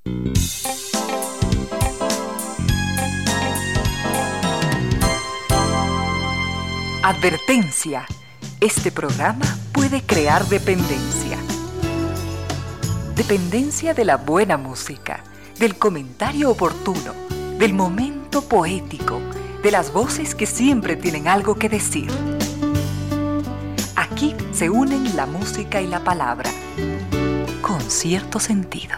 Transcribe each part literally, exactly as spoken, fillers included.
Advertencia. Este programa puede crear dependencia. Dependencia de la buena música, del comentario oportuno, del momento poético, de las voces que siempre tienen algo que decir. Aquí se unen la música y la palabra, con cierto sentido.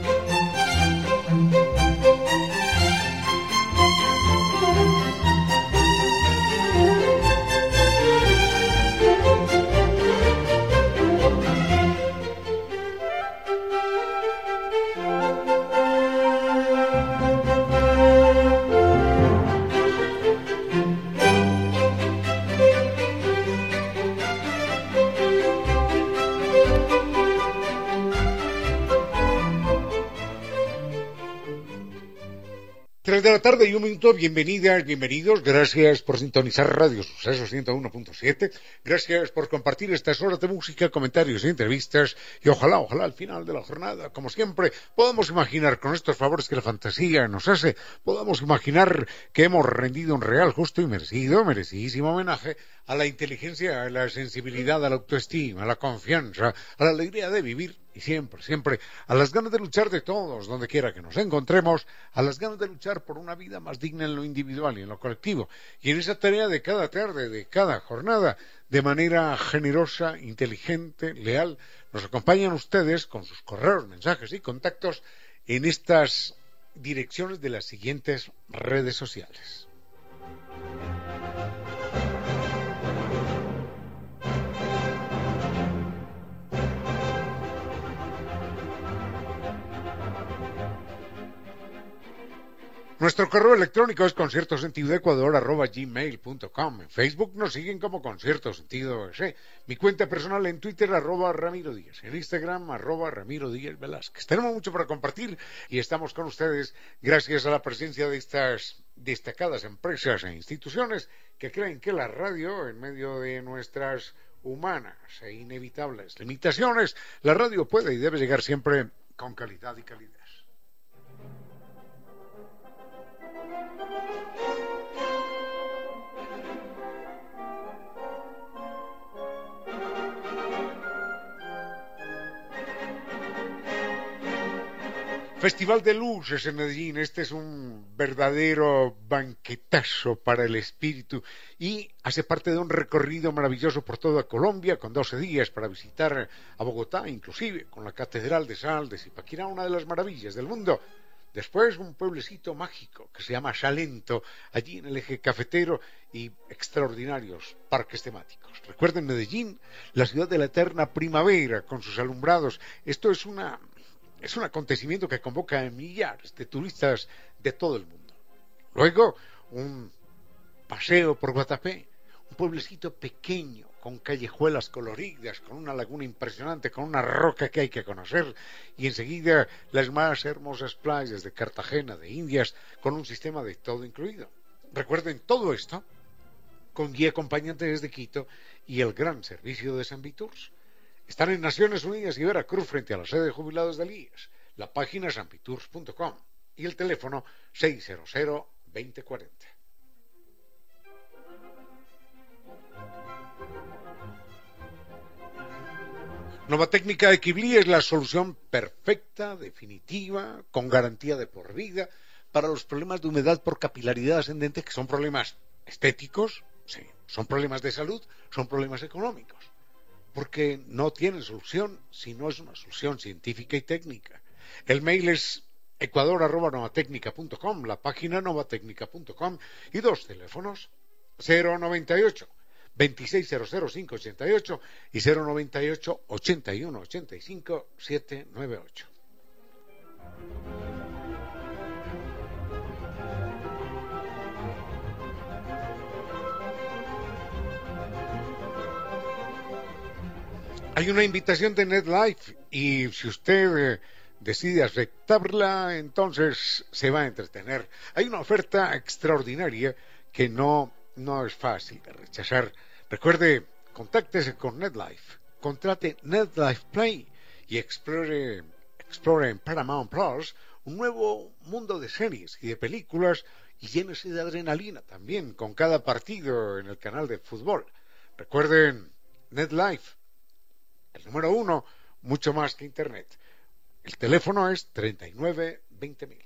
tres de la tarde y un minuto, bienvenidas, bienvenidos, gracias por sintonizar Radio Suceso ciento uno punto siete, gracias por compartir estas horas de música, comentarios y entrevistas, y ojalá, ojalá al final de la jornada, como siempre, podamos imaginar con estos favores que la fantasía nos hace, podamos imaginar que hemos rendido un real, justo y merecido, merecidísimo homenaje a la inteligencia, a la sensibilidad, a la autoestima, a la confianza, a la alegría de vivir, y siempre, siempre, a las ganas de luchar de todos, donde quiera que nos encontremos, a las ganas de luchar por una vida más digna en lo individual y en lo colectivo. Y en esa tarea de cada tarde, de cada jornada, de manera generosa, inteligente, leal, nos acompañan ustedes con sus correos, mensajes y contactos en estas direcciones de las siguientes redes sociales. Nuestro correo electrónico es conciertosentidoecuador arroba gmail punto com. En Facebook nos siguen como Concierto Sentido E S. Mi cuenta personal en Twitter, arroba Ramiro Díaz. En Instagram, arroba Ramiro Díaz Velázquez. Tenemos mucho para compartir y estamos con ustedes gracias a la presencia de estas destacadas empresas e instituciones que creen que la radio, en medio de nuestras humanas e inevitables limitaciones, la radio puede y debe llegar siempre con calidad y calidez. Festival de Luces en Medellín, este es un verdadero banquetazo para el espíritu y hace parte de un recorrido maravilloso por toda Colombia, con doce días para visitar a Bogotá, inclusive con la Catedral de Sal de Zipaquirá, una de las maravillas del mundo. Después un pueblecito mágico que se llama Salento, allí en el eje cafetero, y extraordinarios parques temáticos. Recuerden Medellín, la ciudad de la eterna primavera con sus alumbrados. Esto es una... Es un acontecimiento que convoca a millares de turistas de todo el mundo. Luego, un paseo por Guatapé, un pueblecito pequeño, con callejuelas coloridas, con una laguna impresionante, con una roca que hay que conocer, y enseguida las más hermosas playas de Cartagena, de Indias, con un sistema de todo incluido. Recuerden todo esto con guía acompañante desde Quito y el gran servicio de Sanvitours. Están en Naciones Unidas y Veracruz frente a la sede de jubilados del I E S. La página es sanvitours punto com y el teléfono seiscientos veinte cuarenta. Nova Técnica Equibli es la solución perfecta, definitiva, con garantía de por vida para los problemas de humedad por capilaridad ascendente, que son problemas estéticos, sí, son problemas de salud, son problemas económicos. Porque no tiene solución si no es una solución científica y técnica. El mail es ecuador arroba novatecnica punto com, la página novatecnica punto com y dos teléfonos, cero noventa y ocho, veintiséis cero cero cinco ochenta y ocho y cero noventa y ocho, ochenta y uno ochenta y cinco setecientos noventa y ocho. Hay una invitación de NetLife y si usted eh, decide aceptarla, entonces se va a entretener. Hay una oferta extraordinaria que no, no es fácil de rechazar. Recuerde, contáctese con NetLife, contrate NetLife Play y explore explora en Paramount Plus un nuevo mundo de series y de películas y llénese de adrenalina también con cada partido en el canal de fútbol. Recuerden NetLife, el número uno, mucho más que Internet. El teléfono es treinta y nueve veinte mil.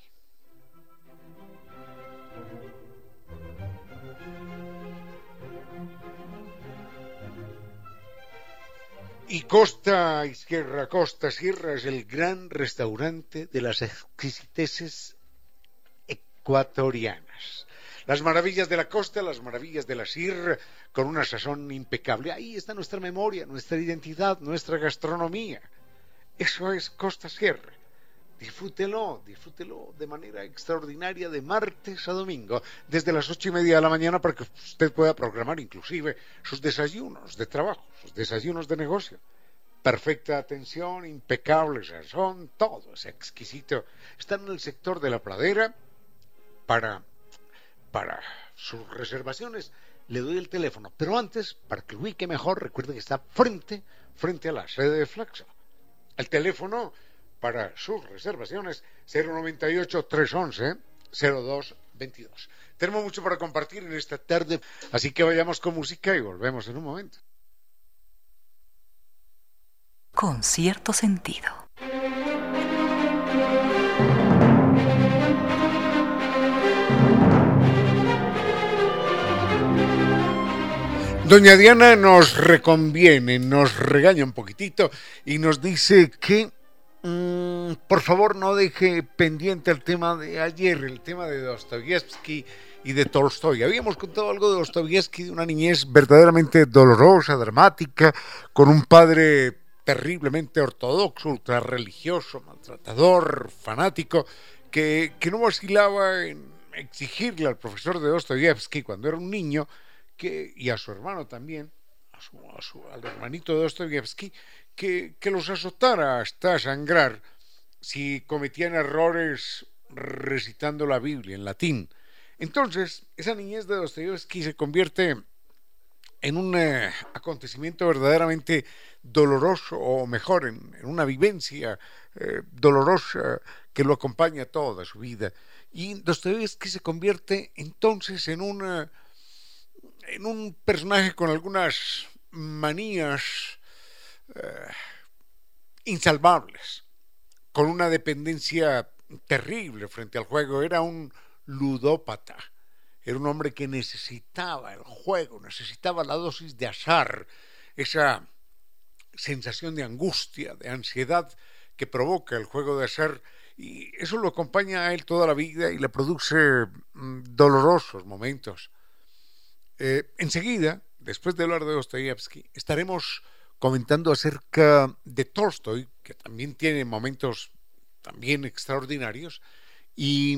Y Costa y Sierra, Costa Sierra es el gran restaurante de las exquisiteces ecuatorianas. Las maravillas de la costa, las maravillas de la sierra, con una sazón impecable. Ahí está nuestra memoria, nuestra identidad, nuestra gastronomía. Eso es Costa Sierra. Disfrútelo, disfrútelo de manera extraordinaria de martes a domingo, desde las ocho y media de la mañana para que usted pueda programar inclusive sus desayunos de trabajo, sus desayunos de negocio. Perfecta atención, impecable sazón, todo es exquisito. Están en el sector de la Pradera. Para, para sus reservaciones le doy el teléfono, pero antes, para que lo ubique mejor, recuerde que está frente, frente a la sede de Flaxo. El teléfono para sus reservaciones, cero noventa y ocho, trescientos once, cero dos veintidós. Tenemos mucho para compartir en esta tarde, así que vayamos con música y volvemos en un momento. Con cierto sentido. Doña Diana nos reconviene, nos regaña un poquitito y nos dice que mmm, por favor no deje pendiente el tema de ayer, el tema de Dostoyevsky y de Tolstoy. Habíamos contado algo de Dostoyevsky, de una niñez verdaderamente dolorosa, dramática, con un padre terriblemente ortodoxo, ultrarreligioso, maltratador, fanático, que, que no vacilaba en exigirle al profesor de Dostoyevsky cuando era un niño, que, y a su hermano también, a su, a su, al hermanito de Dostoyevsky, que, que los azotara hasta sangrar si cometían errores recitando la Biblia en latín. Entonces, esa niñez de Dostoyevsky se convierte en un eh, acontecimiento verdaderamente doloroso, o mejor, en, en una vivencia eh, dolorosa que lo acompaña toda su vida. Y Dostoyevsky se convierte entonces en una... en un personaje con algunas manías eh, insalvables, con una dependencia terrible frente al juego. Era un ludópata, era un hombre que necesitaba el juego, necesitaba la dosis de azar, esa sensación de angustia, de ansiedad que provoca el juego de azar, y eso lo acompaña a él toda la vida y le produce mm, dolorosos momentos. Eh, enseguida, después de hablar de Dostoyevsky, estaremos comentando acerca de Tolstoy, que también tiene momentos también extraordinarios, y,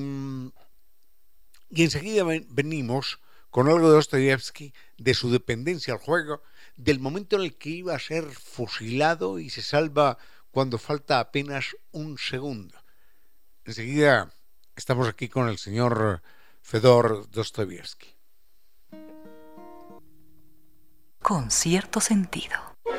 y enseguida ven, venimos con algo de Dostoyevsky, de su dependencia al juego, del momento en el que iba a ser fusilado y se salva cuando falta apenas un segundo. Enseguida estamos aquí con el señor Fedor Dostoyevsky. Con cierto sentido.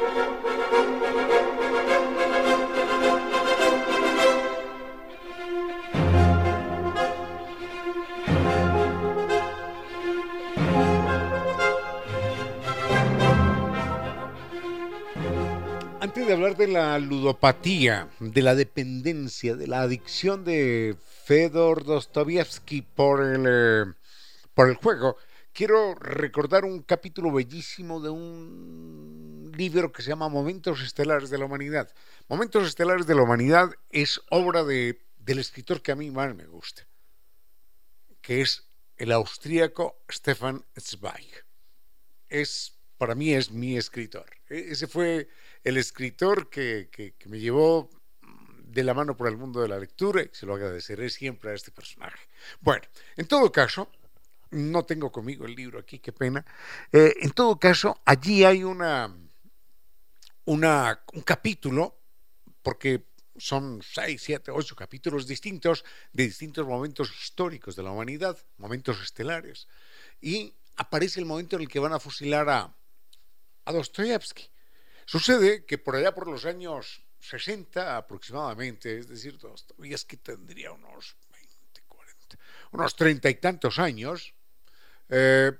Antes de hablar de la ludopatía, de la dependencia, de la adicción de Fedor Dostoyevsky por el, eh, por el juego, quiero recordar un capítulo bellísimo de un libro que se llama Momentos Estelares de la Humanidad. Momentos Estelares de la Humanidad es obra de, del escritor que a mí más me gusta, que es el austríaco Stefan Zweig. Es, para mí es mi escritor. Ese fue el escritor que, que, que me llevó de la mano por el mundo de la lectura, y se lo agradeceré siempre a este personaje. Bueno, en todo caso, no tengo conmigo el libro aquí, qué pena. Eh, en todo caso, allí hay una, una, un capítulo, porque son seis, siete, ocho capítulos distintos de distintos momentos históricos de la humanidad, momentos estelares, y aparece el momento en el que van a fusilar a, a Dostoyevsky. Sucede que por allá por los años sesenta aproximadamente, es decir, Dostoyevski tendría unos veinte, cuarenta, unos treinta y tantos años. eh,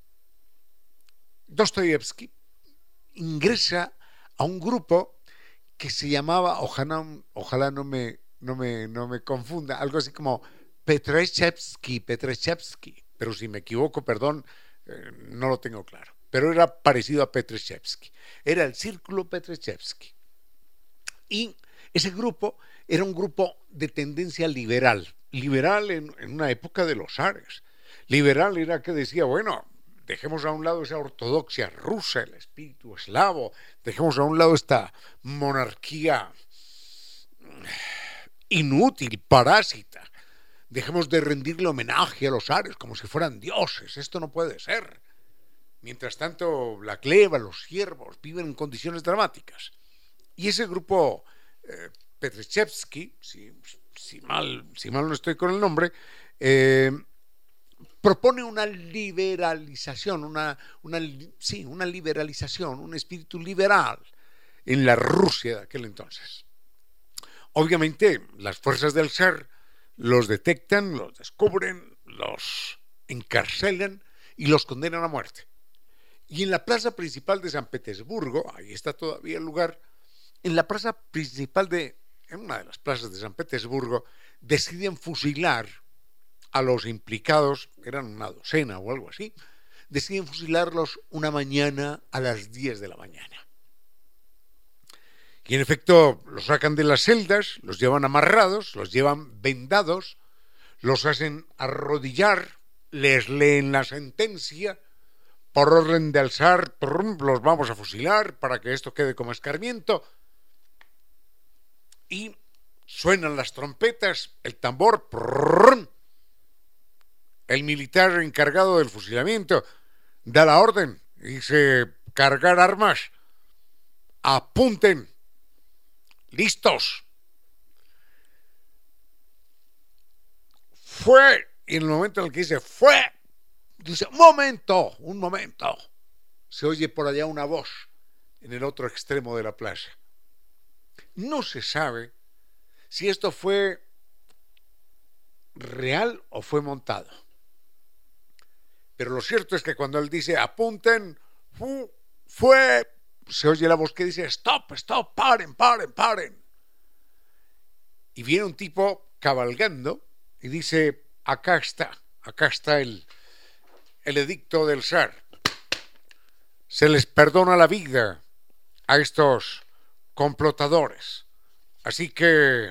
Dostoyevski ingresa a un grupo que se llamaba, ojalá, ojalá no, me, no, me, no me confunda, algo así como Petreshevsky, Petreshevsky, pero si me equivoco, perdón, eh, no lo tengo claro, pero era parecido a Petreshevsky, era el Círculo Petreshevsky. Y ese grupo era un grupo de tendencia liberal, liberal en, en una época de los zares. Liberal era que decía, bueno, dejemos a un lado esa ortodoxia rusa, el espíritu eslavo, dejemos a un lado esta monarquía inútil, parásita, dejemos de rendirle homenaje a los zares como si fueran dioses, esto no puede ser. Mientras tanto, la gleba, los siervos viven en condiciones dramáticas. Y ese grupo, eh, Petreshevsky, si, si, mal, si mal no estoy con el nombre, eh, propone una liberalización, una, una, sí, una liberalización, un espíritu liberal en la Rusia de aquel entonces. Obviamente, las fuerzas del zar los detectan, los descubren, los encarcelan y los condenan a muerte. Y en la plaza principal de San Petersburgo, ahí está todavía el lugar, en la plaza principal de, en una de las plazas de San Petersburgo, deciden fusilar a los implicados, eran una docena o algo así, deciden fusilarlos una mañana a las diez de la mañana. Y en efecto los sacan de las celdas, los llevan amarrados, los llevan vendados, los hacen arrodillar, les leen la sentencia, por orden del zar, los vamos a fusilar para que esto quede como escarmiento. Y suenan las trompetas, el tambor, el militar encargado del fusilamiento da la orden, dice cargar armas, apunten, listos. Fue, y en el momento en el que dice fue, dice un momento, un momento, se oye por allá una voz en el otro extremo de la plaza. No se sabe si esto fue real o fue montado. Pero lo cierto es que cuando él dice apunten, fu, fue, se oye la voz que dice stop, stop, paren, paren, paren. Y viene un tipo cabalgando y dice acá está, acá está el, el edicto del zar. Se les perdona la vida a estos complotadores. Así que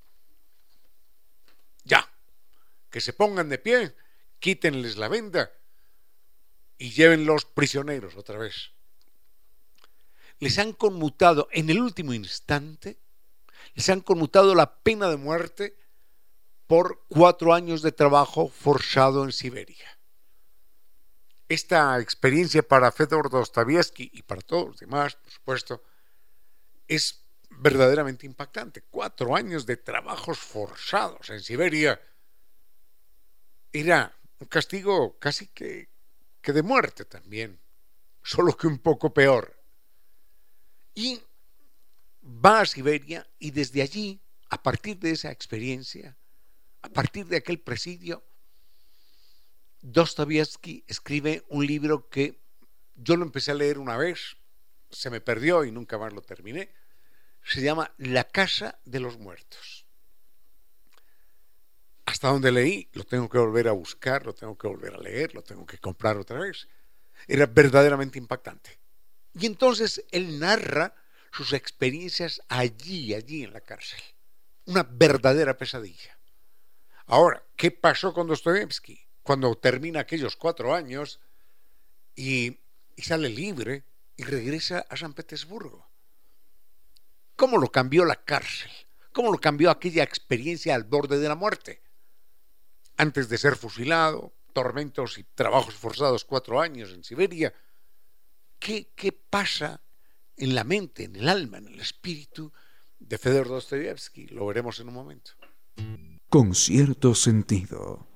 ya, que se pongan de pie, quítenles la venda y llévenlos prisioneros otra vez. Les han conmutado en el último instante, les han conmutado la pena de muerte por cuatro años de trabajo forzado en Siberia. Esta experiencia para Fedor Dostoyevski y para todos los demás, por supuesto, es verdaderamente impactante. Cuatro años de trabajos forzados en Siberia era un castigo casi que, que de muerte también, solo que un poco peor. Y va a Siberia y desde allí, a partir de esa experiencia, a partir de aquel presidio, Dostoyevski escribe un libro que yo lo empecé a leer una vez, se me perdió y nunca más lo terminé. Se llama La Casa de los Muertos. Hasta donde leí, lo tengo que volver a buscar, lo tengo que volver a leer, lo tengo que comprar otra vez. Era verdaderamente impactante. Y entonces él narra sus experiencias allí, allí en la cárcel. Una verdadera pesadilla. Ahora, ¿qué pasó con Dostoyevski? Cuando termina aquellos cuatro años y, y sale libre y regresa a San Petersburgo. ¿Cómo lo cambió la cárcel? ¿Cómo lo cambió aquella experiencia al borde de la muerte? Antes de ser fusilado, tormentos y trabajos forzados cuatro años en Siberia. ¿Qué, qué pasa en la mente, en el alma, en el espíritu de Fedor Dostoyevski? Lo veremos en un momento. Con cierto sentido.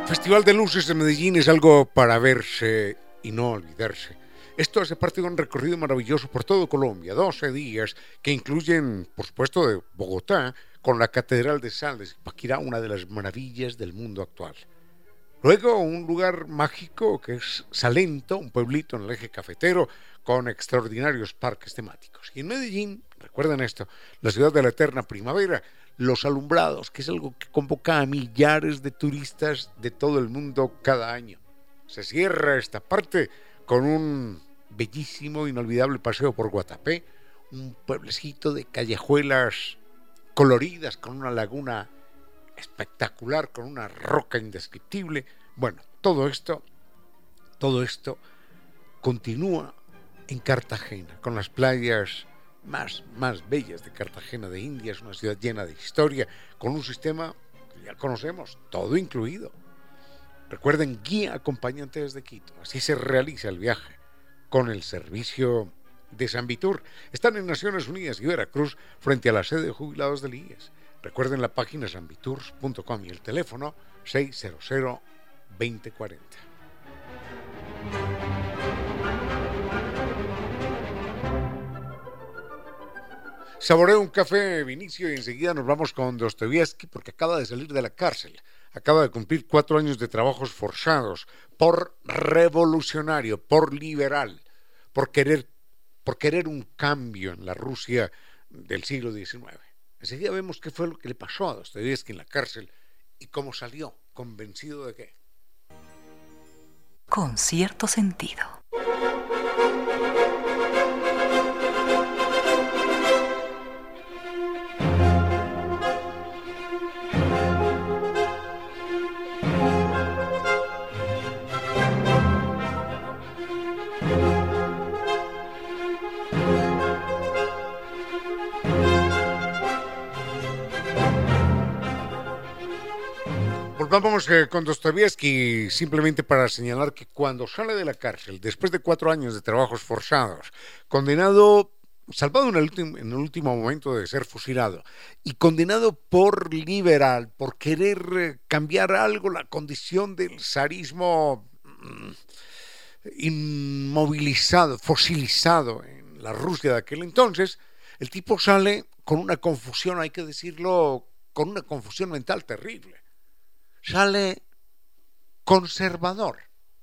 Festival de Luces de Medellín es algo para verse y no olvidarse. Esto hace parte de un recorrido maravilloso por todo Colombia, doce días que incluyen, por supuesto, de Bogotá, con la Catedral de Sal de Zipaquirá, una de las maravillas del mundo actual. Luego, un lugar mágico que es Salento, un pueblito en el eje cafetero, con extraordinarios parques temáticos. Y en Medellín, recuerden esto, la ciudad de la eterna primavera, los alumbrados, que es algo que convoca a millares de turistas de todo el mundo cada año. Se cierra esta parte con un bellísimo, inolvidable paseo por Guatapé, un pueblecito de callejuelas coloridas con una laguna espectacular, con una roca indescriptible. Bueno, todo esto, todo esto continúa en Cartagena, con las playas más, más bellas de Cartagena de Indias, una ciudad llena de historia, con un sistema que ya conocemos, todo incluido. Recuerden, guía acompañante desde Quito. Así se realiza el viaje con el servicio de Sambitur. Están en Naciones Unidas y Veracruz, frente a la sede de jubilados del I E S. Recuerden la página sambitours punto com y el teléfono seiscientos veinte cuarenta. Saboreo un café, Vinicio, y enseguida nos vamos con Dostoyevsky porque acaba de salir de la cárcel. Acaba de cumplir cuatro años de trabajos forzados por revolucionario, por liberal, por querer, por querer un cambio en la Rusia del siglo diecinueve. Enseguida vemos qué fue lo que le pasó a Dostoyevsky en la cárcel y cómo salió, convencido de qué. Con cierto sentido. Vamos eh, con Dostoyevsky, simplemente para señalar que cuando sale de la cárcel, después de cuatro años de trabajos forzados, condenado, salvado en el, último, en el último momento de ser fusilado, y condenado por liberal, por querer eh, cambiar algo la condición del zarismo mm, inmovilizado, fosilizado en la Rusia de aquel entonces, el tipo sale con una confusión, hay que decirlo, con una confusión mental terrible. Sale conservador,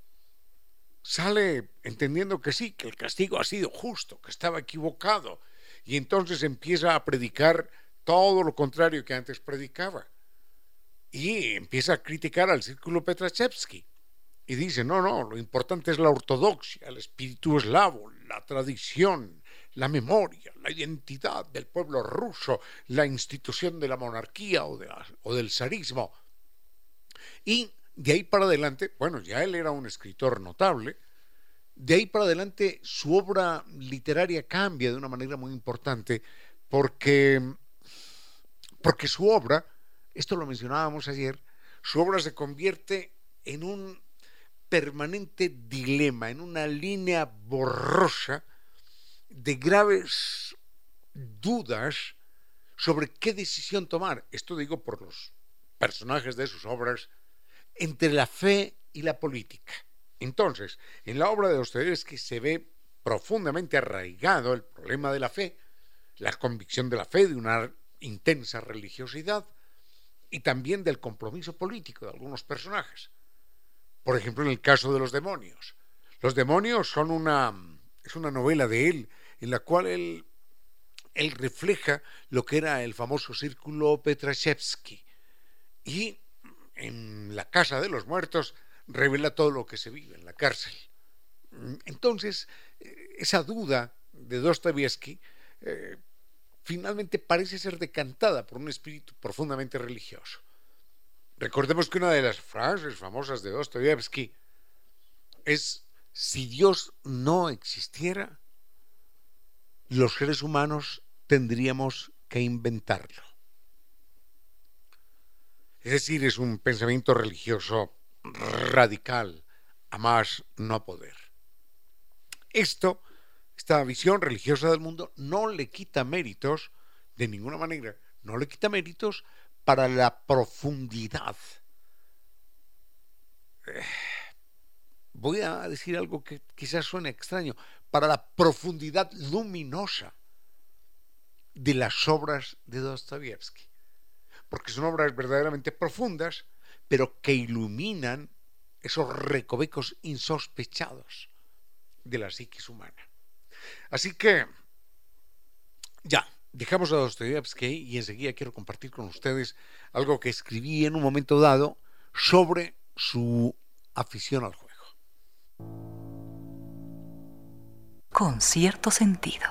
sale entendiendo que sí, que el castigo ha sido justo, que estaba equivocado, y entonces empieza a predicar todo lo contrario que antes predicaba, y empieza a criticar al círculo Petrashevsky, y dice, no, no, lo importante es la ortodoxia, el espíritu eslavo, la tradición, la memoria, la identidad del pueblo ruso, la institución de la monarquía o, de la, o del zarismo. Y de ahí para adelante, bueno, ya él era un escritor notable, de ahí para adelante su obra literaria cambia de una manera muy importante porque, porque su obra, esto lo mencionábamos ayer, su obra se convierte en un permanente dilema, en una línea borrosa de graves dudas sobre qué decisión tomar. Esto digo por los personajes de sus obras, entre la fe y la política. Entonces, en la obra de Dostoyevsky se ve profundamente arraigado el problema de la fe, la convicción de la fe, de una intensa religiosidad y también del compromiso político de algunos personajes. Por ejemplo, en el caso de los demonios. Los demonios son una, es una novela de él en la cual él, él refleja lo que era el famoso círculo Petrashevsky. Y en La Casa de los Muertos revela todo lo que se vive en la cárcel. Entonces, esa duda de Dostoyevsky eh, finalmente parece ser decantada por un espíritu profundamente religioso. Recordemos que una de las frases famosas de Dostoyevsky es: si Dios no existiera, los seres humanos tendríamos que inventarlo. Es decir, es un pensamiento religioso radical, a más no poder. Esto, esta visión religiosa del mundo, no le quita méritos, de ninguna manera, no le quita méritos para la profundidad eh, voy a decir algo que quizás suene extraño, para la profundidad luminosa de las obras de Dostoyevsky, porque son obras verdaderamente profundas, pero que iluminan esos recovecos insospechados de la psiquis humana. Así que, ya, dejamos a Dostoyevsky y enseguida quiero compartir con ustedes algo que escribí en un momento dado sobre su afición al juego. Con cierto sentido.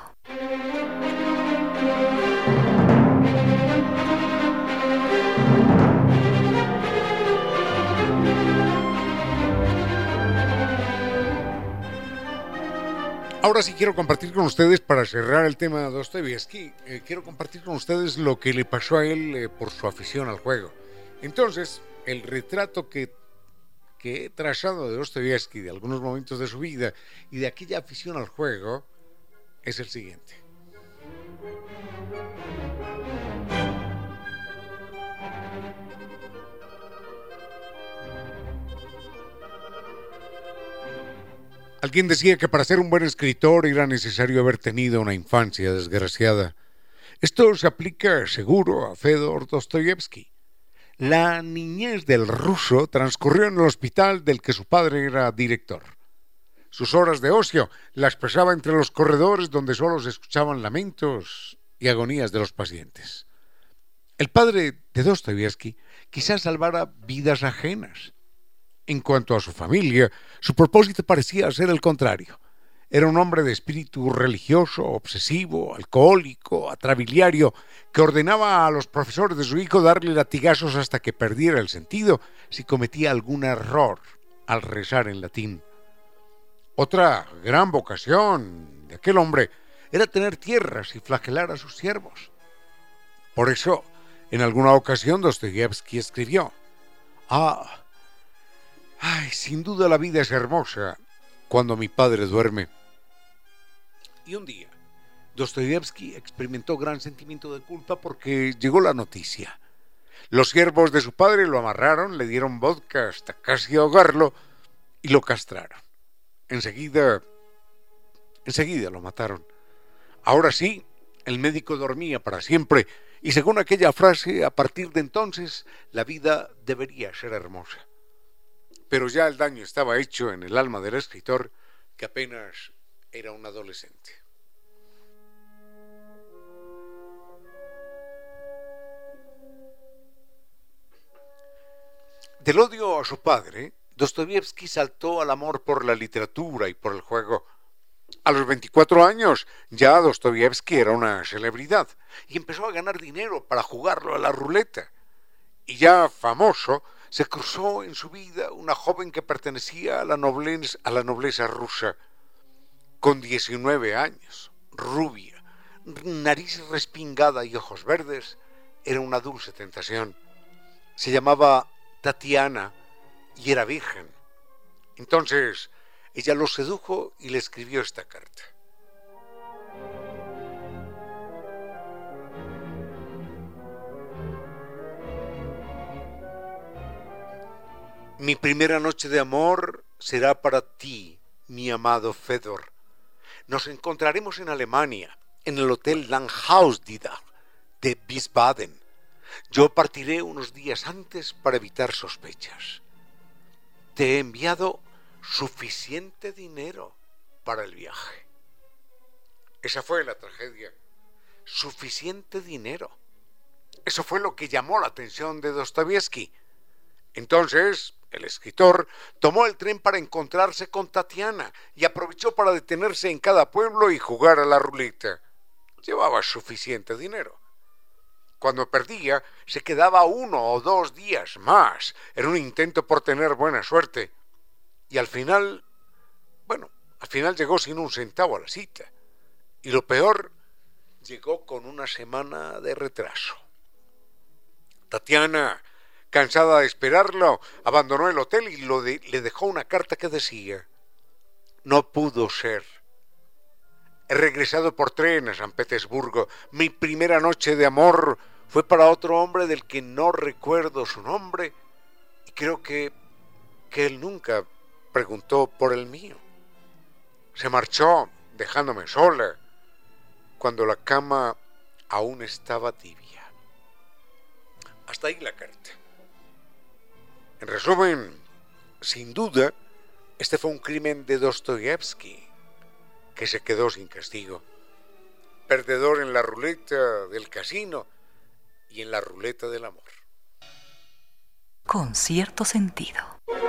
Ahora sí quiero compartir con ustedes, para cerrar el tema de Dostoyevsky, eh, quiero compartir con ustedes lo que le pasó a él eh, por su afición al juego. Entonces, el retrato que, que he trazado de Dostoyevsky, de algunos momentos de su vida y de aquella afición al juego, es el siguiente. Alguien decía que para ser un buen escritor era necesario haber tenido una infancia desgraciada. Esto se aplica seguro a Fedor Dostoyevsky. La niñez del ruso transcurrió en el hospital del que su padre era director. Sus horas de ocio las pasaba entre los corredores donde solo se escuchaban lamentos y agonías de los pacientes. El padre de Dostoyevsky quizás salvara vidas ajenas. En cuanto a su familia, su propósito parecía ser el contrario. Era un hombre de espíritu religioso, obsesivo, alcohólico, atrabiliario, que ordenaba a los profesores de su hijo darle latigazos hasta que perdiera el sentido si cometía algún error al rezar en latín. Otra gran vocación de aquel hombre era tener tierras y flagelar a sus siervos. Por eso, en alguna ocasión Dostoyevsky escribió: Ah, ay, sin duda la vida es hermosa cuando mi padre duerme. Y un día, Dostoyevsky experimentó gran sentimiento de culpa porque llegó la noticia. Los siervos de su padre lo amarraron, le dieron vodka hasta casi ahogarlo y lo castraron. Enseguida, enseguida lo mataron. Ahora sí, el médico dormía para siempre y según aquella frase, a partir de entonces, la vida debería ser hermosa. Pero ya el daño estaba hecho en el alma del escritor, que apenas era un adolescente. Del odio a su padre, Dostoyevsky saltó al amor por la literatura y por el juego. A los veinticuatro años ya Dostoyevsky era una celebridad y empezó a ganar dinero para jugarlo a la ruleta. Y ya famoso, se cruzó en su vida una joven que pertenecía a la nobleza, a la nobleza rusa. Con diecinueve años, rubia, nariz respingada y ojos verdes, era una dulce tentación. Se llamaba Tatiana y era virgen. Entonces, ella lo sedujo y le escribió esta carta. Mi primera noche de amor será para ti, mi amado Fedor. Nos encontraremos en Alemania, en el Hotel Langhaus-Didach de Wiesbaden. Yo partiré unos días antes para evitar sospechas. Te he enviado suficiente dinero para el viaje. Esa fue la tragedia. Suficiente dinero. Eso fue lo que llamó la atención de Dostoyevsky. Entonces, el escritor tomó el tren para encontrarse con Tatiana y aprovechó para detenerse en cada pueblo y jugar a la ruleta. Llevaba suficiente dinero. Cuando perdía, se quedaba uno o dos días más. Era un intento por tener buena suerte. Y al final, bueno, al final llegó sin un centavo a la cita. Y lo peor, llegó con una semana de retraso. Tatiana, cansada de esperarlo, abandonó el hotel y lo de, le dejó una carta que decía: no pudo ser. He regresado por tren a San Petersburgo. Mi primera noche de amor fue para otro hombre del que no recuerdo su nombre y creo que que él nunca preguntó por el mío. Se marchó dejándome sola cuando la cama aún estaba tibia. Hasta ahí la carta. En resumen, sin duda, este fue un crimen de Dostoyevsky, que se quedó sin castigo. Perdedor en la ruleta del casino y en la ruleta del amor. Con cierto sentido.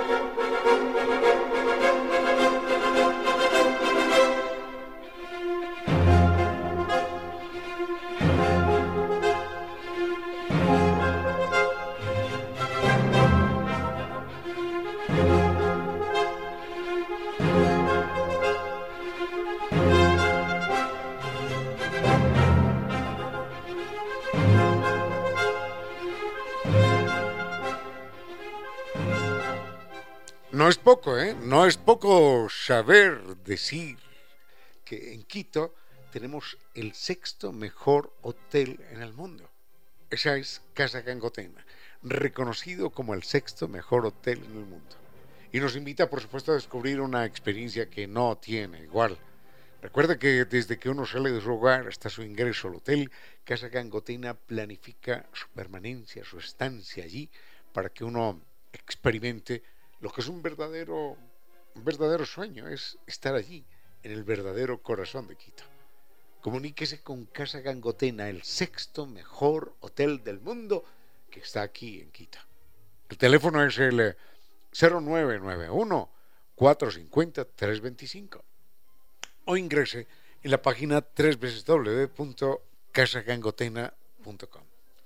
No es poco, ¿eh? No es poco saber decir que en Quito tenemos el sexto mejor hotel en el mundo. Esa es Casa Gangotena, reconocido como el sexto mejor hotel en el mundo. Y nos invita, por supuesto, a descubrir una experiencia que no tiene igual. Recuerda que desde que uno sale de su hogar hasta su ingreso al hotel, Casa Gangotena planifica su permanencia, su estancia allí, para que uno experimente lo que es un verdadero, un verdadero sueño, es estar allí, en el verdadero corazón de Quito. Comuníquese con Casa Gangotena, el sexto mejor hotel del mundo que está aquí en Quito. El teléfono es el cero nueve nueve uno, cuatro cinco cero, tres dos cinco o ingrese en la página doble u doble u doble u punto casa gangotena punto com.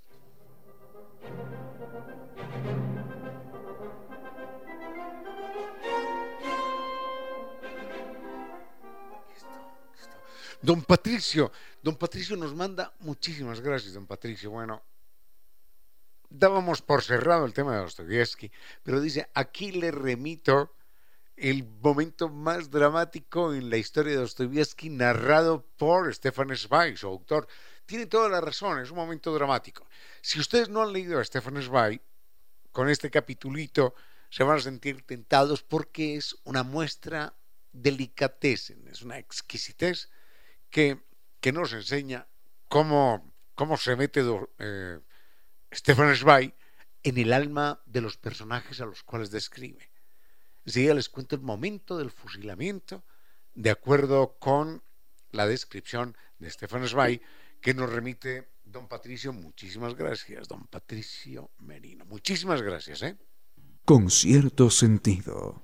Don Patricio, don Patricio nos manda, muchísimas gracias, don Patricio. Bueno, dábamos por cerrado el tema de Dostoyevsky, pero dice, aquí le remito el momento más dramático en la historia de Dostoyevsky narrado por Stefan Zweig, su autor. Tiene toda la razón, es un momento dramático. Si ustedes no han leído a Stefan Zweig, con este capitulito se van a sentir tentados porque es una muestra delicatessen, es una exquisitez que, que nos enseña cómo, cómo se mete do, eh, Stefan Zweig en el alma de los personajes a los cuales describe. Enseguida les cuento el momento del fusilamiento de acuerdo con la descripción de Stefan Zweig que nos remite don Patricio. Muchísimas gracias, don Patricio Merino. Muchísimas gracias, ¿eh? Con cierto sentido.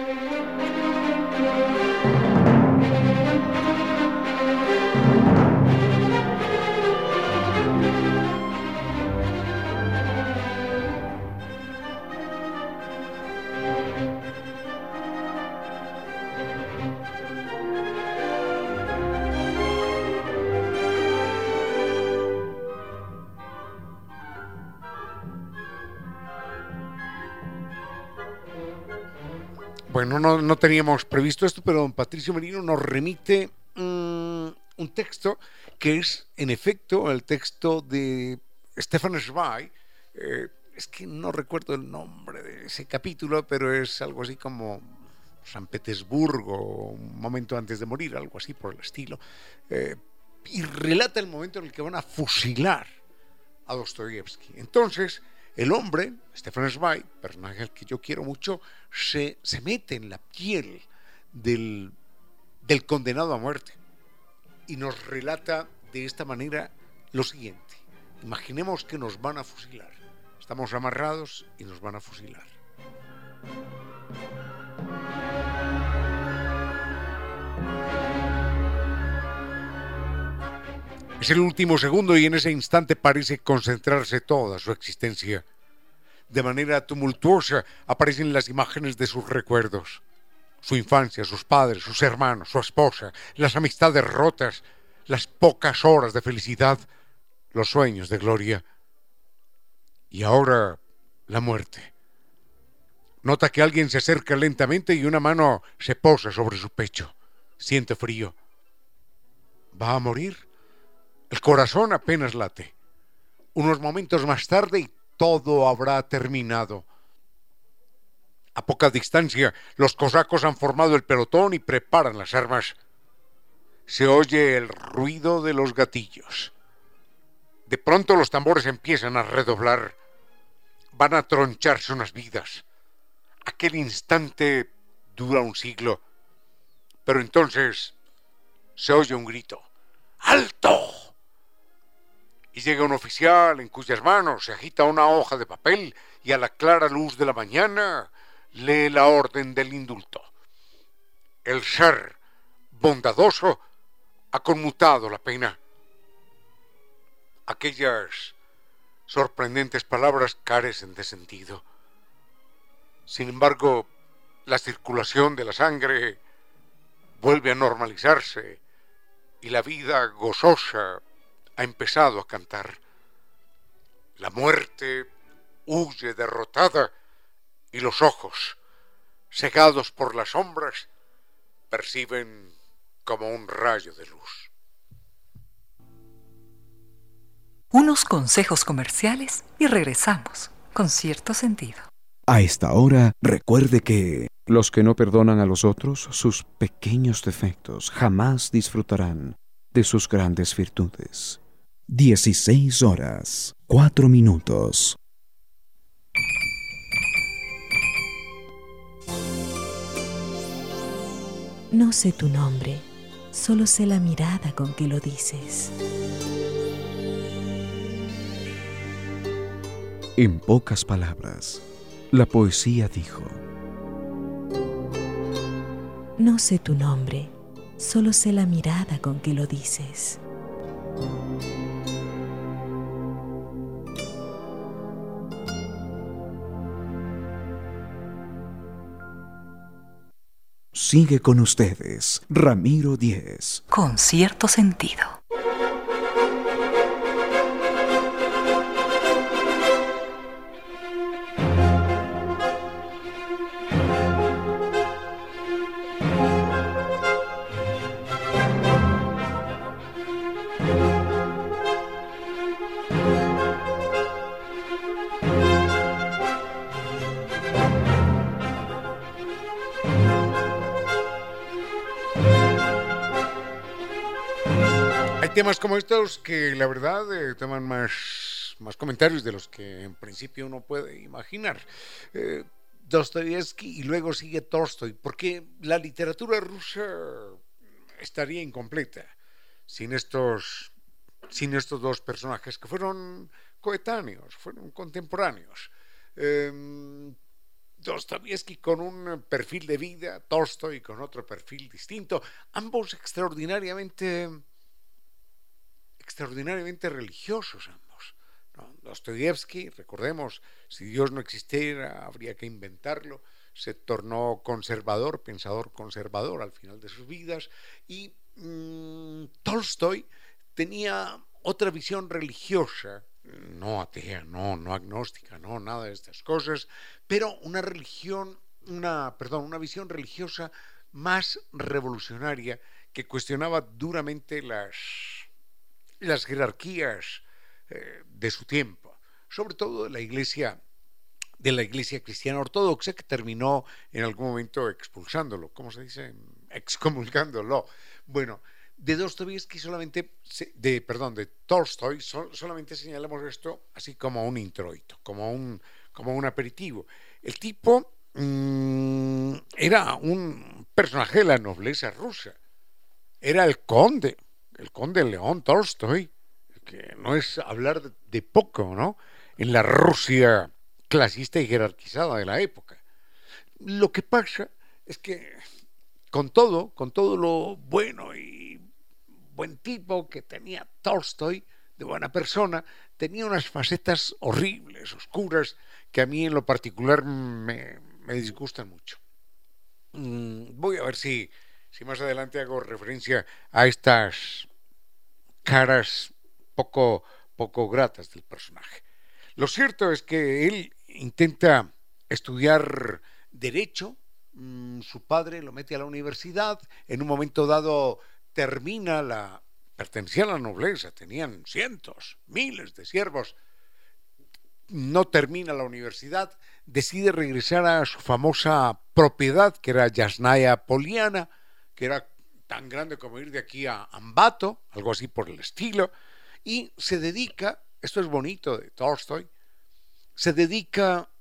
Bueno, no, no teníamos previsto esto, pero don Patricio Merino nos remite um, un texto que es, en efecto, el texto de Stefan Zweig. Eh, es que no recuerdo el nombre de ese capítulo, pero es algo así como San Petersburgo, un momento antes de morir, algo así por el estilo. Eh, y relata el momento en el que van a fusilar a Dostoyevsky. Entonces, el hombre, Stefan Zweig, personaje al que yo quiero mucho, se, se mete en la piel del, del condenado a muerte y nos relata de esta manera lo siguiente. Imaginemos que nos van a fusilar. Estamos amarrados y nos van a fusilar. Es el último segundo y en ese instante parece concentrarse toda su existencia. De manera tumultuosa aparecen las imágenes de sus recuerdos. Su infancia, sus padres, sus hermanos, su esposa, las amistades rotas, las pocas horas de felicidad, los sueños de gloria. Y ahora la muerte. Nota que alguien se acerca lentamente y una mano se posa sobre su pecho. Siente frío. ¿Va a morir? El corazón apenas late. Unos momentos más tarde y todo habrá terminado. A poca distancia, los cosacos han formado el pelotón y preparan las armas. Se oye el ruido de los gatillos. De pronto los tambores empiezan a redoblar. Van a troncharse unas vidas. Aquel instante dura un siglo. Pero entonces se oye un grito. ¡Alto! Y llega un oficial en cuyas manos se agita una hoja de papel y a la clara luz de la mañana lee la orden del indulto. El zar, bondadoso, ha conmutado la pena. Aquellas sorprendentes palabras carecen de sentido. Sin embargo, la circulación de la sangre vuelve a normalizarse y la vida gozosa ha empezado a cantar. La muerte huye derrotada y los ojos, cegados por las sombras, perciben como un rayo de luz. Unos consejos comerciales y regresamos con cierto sentido. A esta hora, recuerde que los que no perdonan a los otros sus pequeños defectos jamás disfrutarán de sus grandes virtudes. dieciséis horas, cuatro minutos. No sé tu nombre, solo sé la mirada con que lo dices. En pocas palabras, la poesía dijo: No sé tu nombre, solo sé la mirada con que lo dices. Sigue con ustedes, Ramiro Díez. Con cierto sentido. Temas como estos que la verdad eh, toman más, más comentarios de los que en principio uno puede imaginar. Eh, Dostoyevsky y luego sigue Tolstoy, porque la literatura rusa estaría incompleta sin estos, sin estos dos personajes que fueron coetáneos, fueron contemporáneos. Eh, Dostoyevsky con un perfil de vida, Tolstoy con otro perfil distinto, ambos extraordinariamente... extraordinariamente religiosos ambos, ¿no? Dostoyevsky, recordemos, si Dios no existiera, habría que inventarlo, se tornó conservador, pensador conservador al final de sus vidas, y mmm, Tolstoy tenía otra visión religiosa, no atea, no, no agnóstica, no, nada de estas cosas, pero una religión, una, perdón, una visión religiosa más revolucionaria que cuestionaba duramente las las jerarquías eh, de su tiempo, sobre todo de la iglesia, de la iglesia cristiana ortodoxa, que terminó en algún momento expulsándolo, ¿cómo se dice? Excomulgándolo. Bueno, de Dostoyevsky solamente, de, perdón, de Tolstoy sol, solamente señalamos esto así como un introito, como un, como un aperitivo. El tipo mmm, era un personaje de la nobleza rusa, era el conde, el conde León Tolstoy, que no es hablar de, de poco, ¿no? En la Rusia clasista y jerarquizada de la época. Lo que pasa es que con todo, con todo lo bueno y buen tipo que tenía Tolstoy, de buena persona, tenía unas facetas horribles, oscuras, que a mí en lo particular me, me disgustan mucho. Mm, voy a ver si, si más adelante hago referencia a estas caras poco, poco gratas del personaje. Lo cierto es que él intenta estudiar Derecho, mmm, su padre lo mete a la universidad, en un momento dado termina la... pertenecía a la nobleza, tenían cientos, miles de siervos, no termina la universidad, decide regresar a su famosa propiedad, que era Yasnaya Poliana, que era tan grande como ir de aquí a Ambato, algo así por el estilo, y se dedica, esto es bonito de Tolstoy, se dedica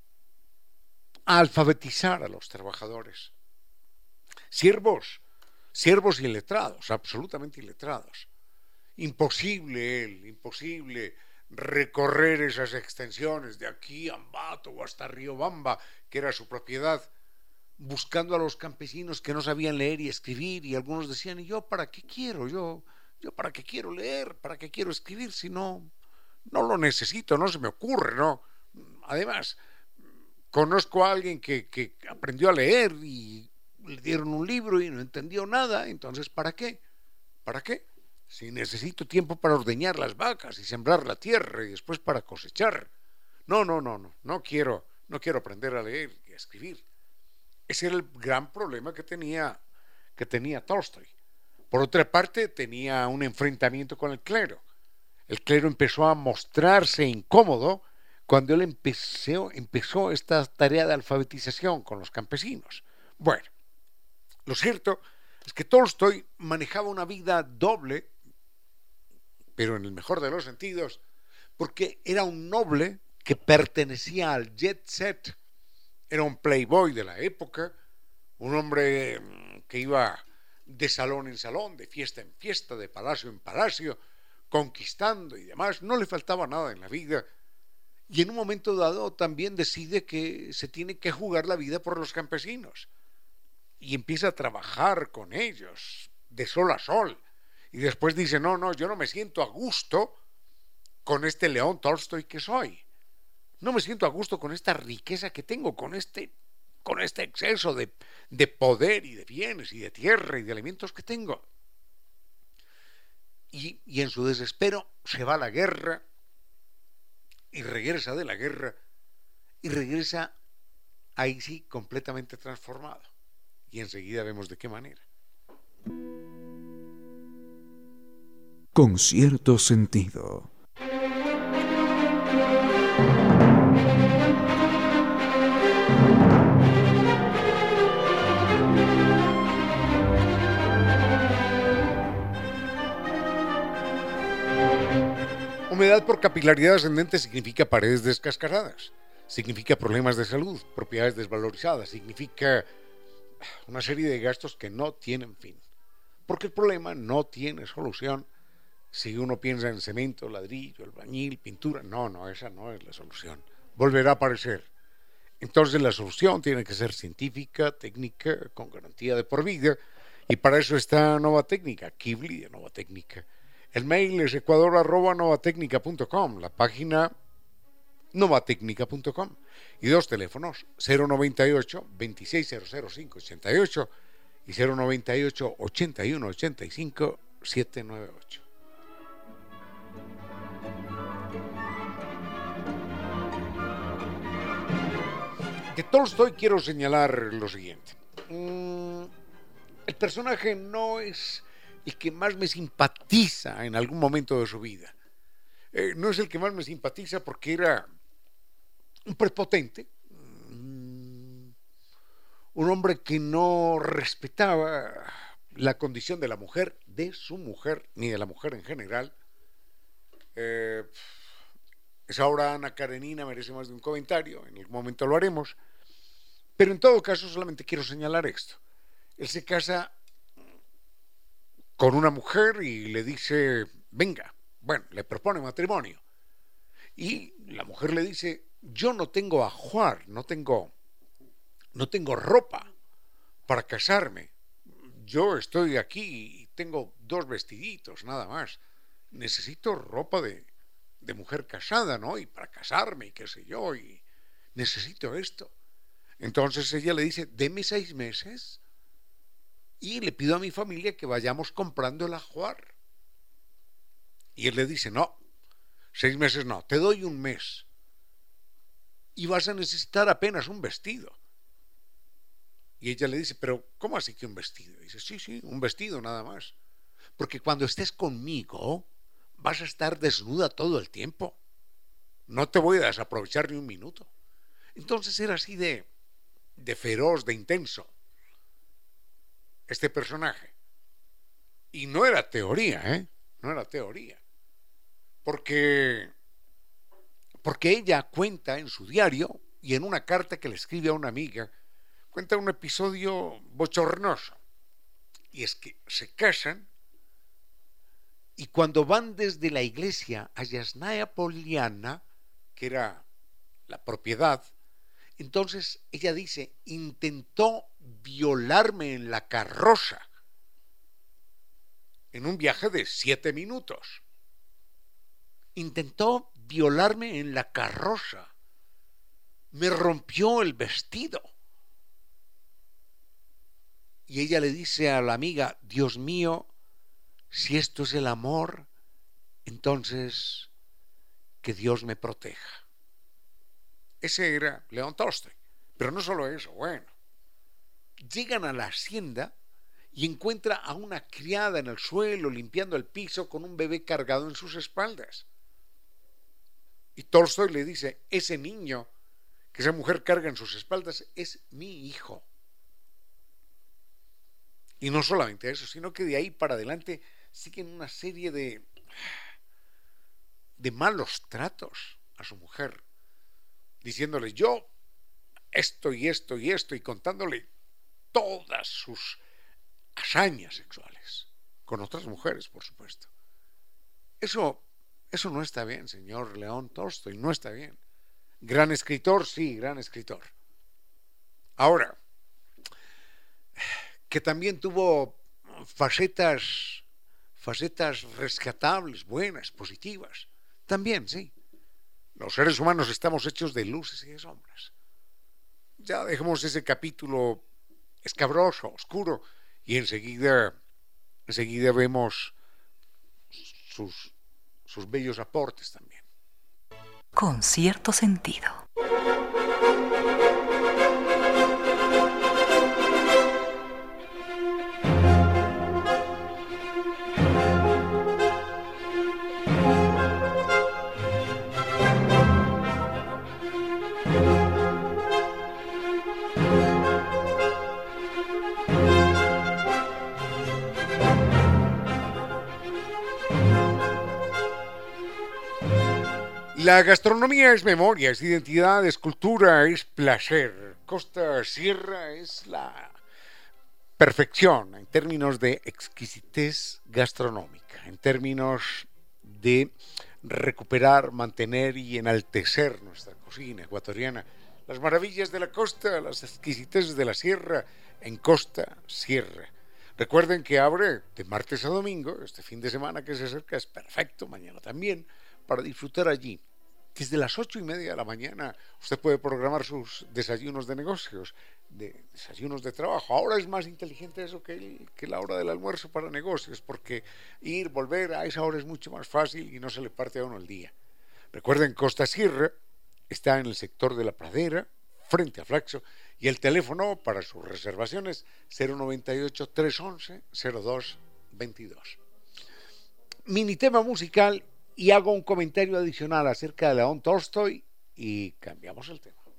a alfabetizar a los trabajadores, siervos, siervos iletrados, absolutamente iletrados. Imposible él, imposible recorrer esas extensiones de aquí a Ambato o hasta Riobamba, que era su propiedad, buscando a los campesinos que no sabían leer y escribir, y algunos decían, ¿y yo para qué quiero? Yo, yo para qué quiero leer, para qué quiero escribir si no, no lo necesito, no se me ocurre, ¿no? Además, conozco a alguien que, que aprendió a leer y le dieron un libro y no entendió nada, entonces ¿para qué? ¿Para qué? Si necesito tiempo para ordeñar las vacas y sembrar la tierra y después para cosechar. No, no, no, no, no quiero, no quiero aprender a leer y a escribir. Ese era el gran problema que tenía, que tenía Tolstoy. Por otra parte, tenía un enfrentamiento con el clero. El clero empezó a mostrarse incómodo cuando él empezó, empezó esta tarea de alfabetización con los campesinos. Bueno, lo cierto es que Tolstoy manejaba una vida doble, pero en el mejor de los sentidos, porque era un noble que pertenecía al jet set, era un playboy de la época, un hombre que iba de salón en salón, de fiesta en fiesta, de palacio en palacio, conquistando y demás, no le faltaba nada en la vida, y en un momento dado también decide que se tiene que jugar la vida por los campesinos, y empieza a trabajar con ellos, de sol a sol, y después dice, no, no, yo no me siento a gusto con este León Tolstoy que soy, no me siento a gusto con esta riqueza que tengo, con este, con este exceso de, de poder y de bienes y de tierra y de alimentos que tengo. Y, y en su desespero se va a la guerra y regresa de la guerra y regresa ahí sí completamente transformado. Y enseguida vemos de qué manera. Con cierto sentido. Humedad por capilaridad ascendente significa paredes descascaradas, significa problemas de salud, propiedades desvalorizadas, significa una serie de gastos que no tienen fin. Porque el problema no tiene solución si uno piensa en cemento, ladrillo, albañil, pintura. No, no, esa no es la solución. Volverá a aparecer. Entonces la solución tiene que ser científica, técnica, con garantía de por vida. Y para eso está Nova Técnica, Kibli de Nova Técnica. El mail es ecuador arroba novatecnica punto com, la página novatecnica punto com y dos teléfonos, cero noventa y ocho, veintiséis cero cero cinco ochenta y ocho y cero noventa y ocho, ochenta y uno ochenta y cinco setecientos noventa y ocho. De Tolstoy quiero señalar lo siguiente. Mm, el personaje no es el que más me simpatiza en algún momento de su vida. Eh, no es el que más me simpatiza porque era un prepotente, un hombre que no respetaba la condición de la mujer, de su mujer, ni de la mujer en general. Eh, esa obra Ana Karenina merece más de un comentario, en algún momento lo haremos, pero en todo caso solamente quiero señalar esto. Él se casa con una mujer y le dice, venga, bueno, le propone matrimonio. Y la mujer le dice, yo no tengo ajuar, no tengo, no tengo ropa para casarme. Yo estoy aquí y tengo dos vestiditos, nada más. Necesito ropa de, de mujer casada, ¿no? Y para casarme y qué sé yo, y necesito esto. Entonces ella le dice, deme seis meses y le pido a mi familia que vayamos comprando el ajuar. Y él le dice, no, seis meses no, te doy un mes. Y vas a necesitar apenas un vestido. Y ella le dice, pero ¿cómo así que un vestido? Y dice, sí, sí, un vestido nada más. Porque cuando estés conmigo, vas a estar desnuda todo el tiempo. no te voy a desaprovechar ni un minuto. Entonces era así de, de feroz, de intenso, este personaje. Y no era teoría, ¿eh? No era teoría. Porque, porque ella cuenta en su diario y en una carta que le escribe a una amiga, cuenta un episodio bochornoso. Y es que se casan y cuando van desde la iglesia a Yasnaya Poliana, que era la propiedad, entonces ella dice, intentó violarme en la carroza en un viaje de siete minutos. Intentó violarme en la carroza. Me rompió el vestido. Y ella le dice a la amiga, Dios mío, si esto es el amor, entonces que Dios me proteja. Ese era León Tolstoy. Pero no solo eso, bueno. Llegan a la hacienda y encuentra a una criada en el suelo limpiando el piso con un bebé cargado en sus espaldas. Y Tolstoy le dice, ese niño que esa mujer carga en sus espaldas es mi hijo. Y no solamente eso, sino que de ahí para adelante siguen una serie de, de malos tratos a su mujer, diciéndole yo esto y esto y esto y contándole todas sus hazañas sexuales con otras mujeres, por supuesto. Eso, eso no está bien, señor León Tolstoy, no está bien. Gran escritor, sí, gran escritor. Ahora, que también tuvo facetas, facetas rescatables, buenas, positivas. También, sí. Los seres humanos estamos hechos de luces y de sombras. Ya dejemos ese capítulo escabroso, oscuro, y enseguida, enseguida vemos sus, sus bellos aportes también. Con cierto sentido. La gastronomía es memoria, es identidad, es cultura, es placer. Costa Sierra es la perfección en términos de exquisitez gastronómica, en términos de recuperar, mantener y enaltecer nuestra cocina ecuatoriana. Las maravillas de la costa, las exquisiteces de la sierra en Costa Sierra. Recuerden que abre de martes a domingo, este fin de semana que se acerca es perfecto, mañana también, para disfrutar allí. Desde las ocho y media de la mañana usted puede programar sus desayunos de negocios, de desayunos de trabajo. Ahora es más inteligente eso que, el, que la hora del almuerzo para negocios, porque ir, volver a esa hora es mucho más fácil y no se le parte a uno el día. Recuerden, Costa Sierra está en el sector de la Pradera, frente a Flaxo, y el teléfono para sus reservaciones cero noventa y ocho, trescientos once, cero dos veintidós. Mini tema musical. Y hago un comentario adicional acerca de León Tolstoy y cambiamos el tema.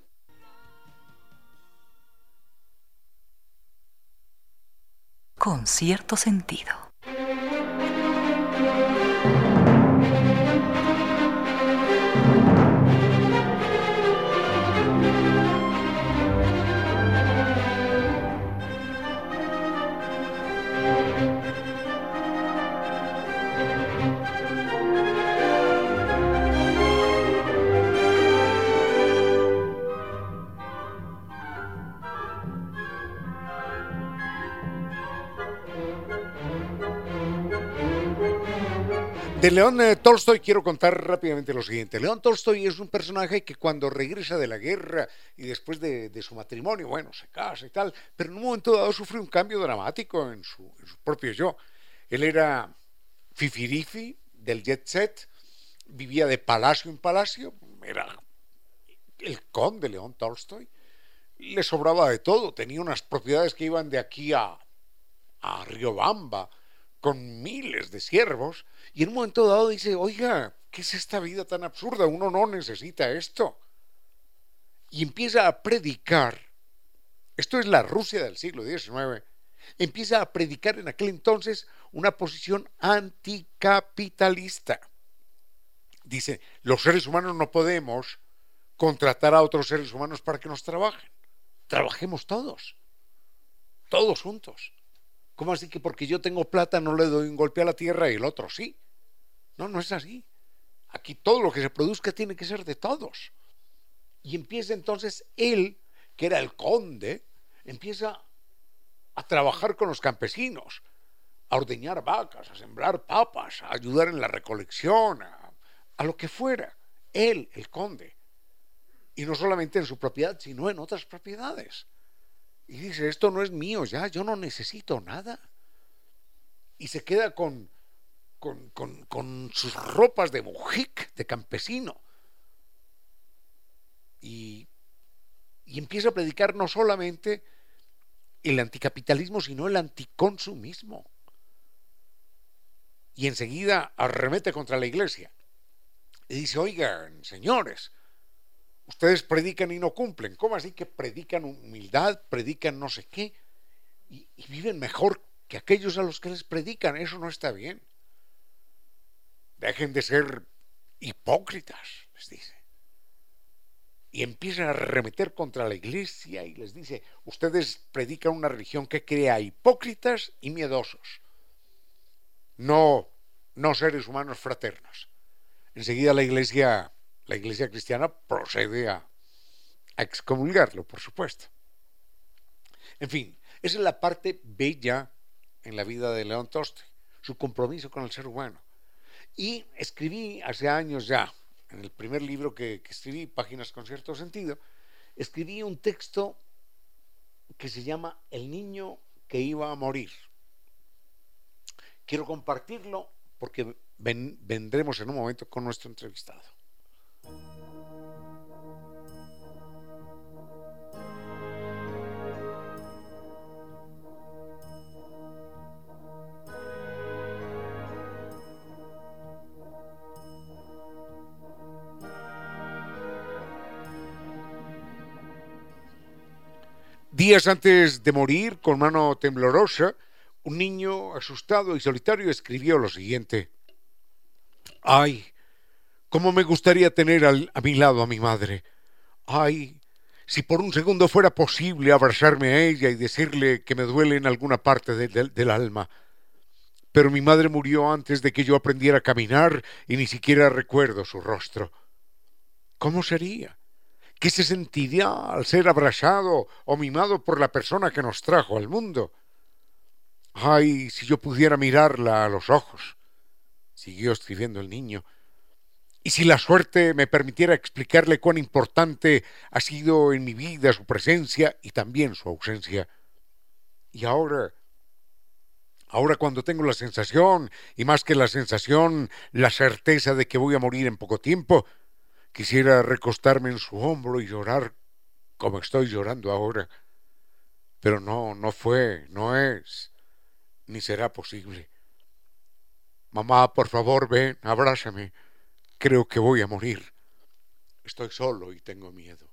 Con cierto sentido. De León eh, Tolstoy quiero contar rápidamente lo siguiente. León Tolstoy es un personaje que cuando regresa de la guerra y después de, de su matrimonio, bueno, se casa y tal, pero en un momento dado sufre un cambio dramático en su, en su propio yo. Él era fifirifi del jet set, vivía de palacio en palacio, era el conde León Tolstoy, le sobraba de todo, tenía unas propiedades que iban de aquí a, a Riobamba, con miles de siervos, y en un momento dado dice, oiga, ¿qué es esta vida tan absurda? Uno no necesita esto. Y empieza a predicar, esto es la Rusia del siglo diecinueve, empieza a predicar en aquel entonces una posición anticapitalista. Dice, los seres humanos no podemos contratar a otros seres humanos para que nos trabajen. Trabajemos todos, todos juntos. ¿Cómo así que porque yo tengo plata no le doy un golpe a la tierra y el otro sí? No, no es así. Aquí todo lo que se produzca tiene que ser de todos. Y empieza entonces él, que era el conde, empieza a trabajar con los campesinos, a ordeñar vacas, a sembrar papas, a ayudar en la recolección, a, a lo que fuera. Él, el conde. Y no solamente en su propiedad, sino en otras propiedades. Y dice, esto no es mío ya, yo no necesito nada. Y se queda con, con, con, con sus ropas de mujic, de campesino. Y, y empieza a predicar no solamente el anticapitalismo, sino el anticonsumismo. Y enseguida arremete contra la iglesia. Y dice, oigan, señores, ustedes predican y no cumplen. ¿Cómo así que predican humildad, predican no sé qué? Y, y viven mejor que aquellos a los que les predican. Eso no está bien. Dejen de ser hipócritas, les dice. Y empiezan a arremeter contra la iglesia y les dice, ustedes predican una religión que crea hipócritas y miedosos. No, no seres humanos fraternos. Enseguida la iglesia... La iglesia cristiana procede a, a excomulgarlo, por supuesto. En fin, esa es la parte bella en la vida de León Tolstói, su compromiso con el ser humano. Y escribí hace años ya, en el primer libro que, que escribí, Páginas con cierto sentido, escribí un texto que se llama El niño que iba a morir. Quiero compartirlo porque ven, vendremos en un momento con nuestro entrevistado. Días antes de morir, con mano temblorosa, un niño asustado y solitario escribió lo siguiente: ¡ay! ¿Cómo me gustaría tener al, a mi lado a mi madre? ¡Ay! Si por un segundo fuera posible abrazarme a ella y decirle que me duele en alguna parte de, de, del alma. Pero mi madre murió antes de que yo aprendiera a caminar y ni siquiera recuerdo su rostro. ¿Cómo sería? ¿Qué se sentiría al ser abrazado o mimado por la persona que nos trajo al mundo? ¡Ay, si yo pudiera mirarla a los ojos! Siguió escribiendo el niño. Y si la suerte me permitiera explicarle cuán importante ha sido en mi vida su presencia y también su ausencia. Y ahora, ahora cuando tengo la sensación, y más que la sensación, la certeza de que voy a morir en poco tiempo, quisiera recostarme en su hombro y llorar como estoy llorando ahora. Pero no, no fue, no es, ni será posible. Mamá, por favor, ven, abrázame. Creo que voy a morir. Estoy solo y tengo miedo.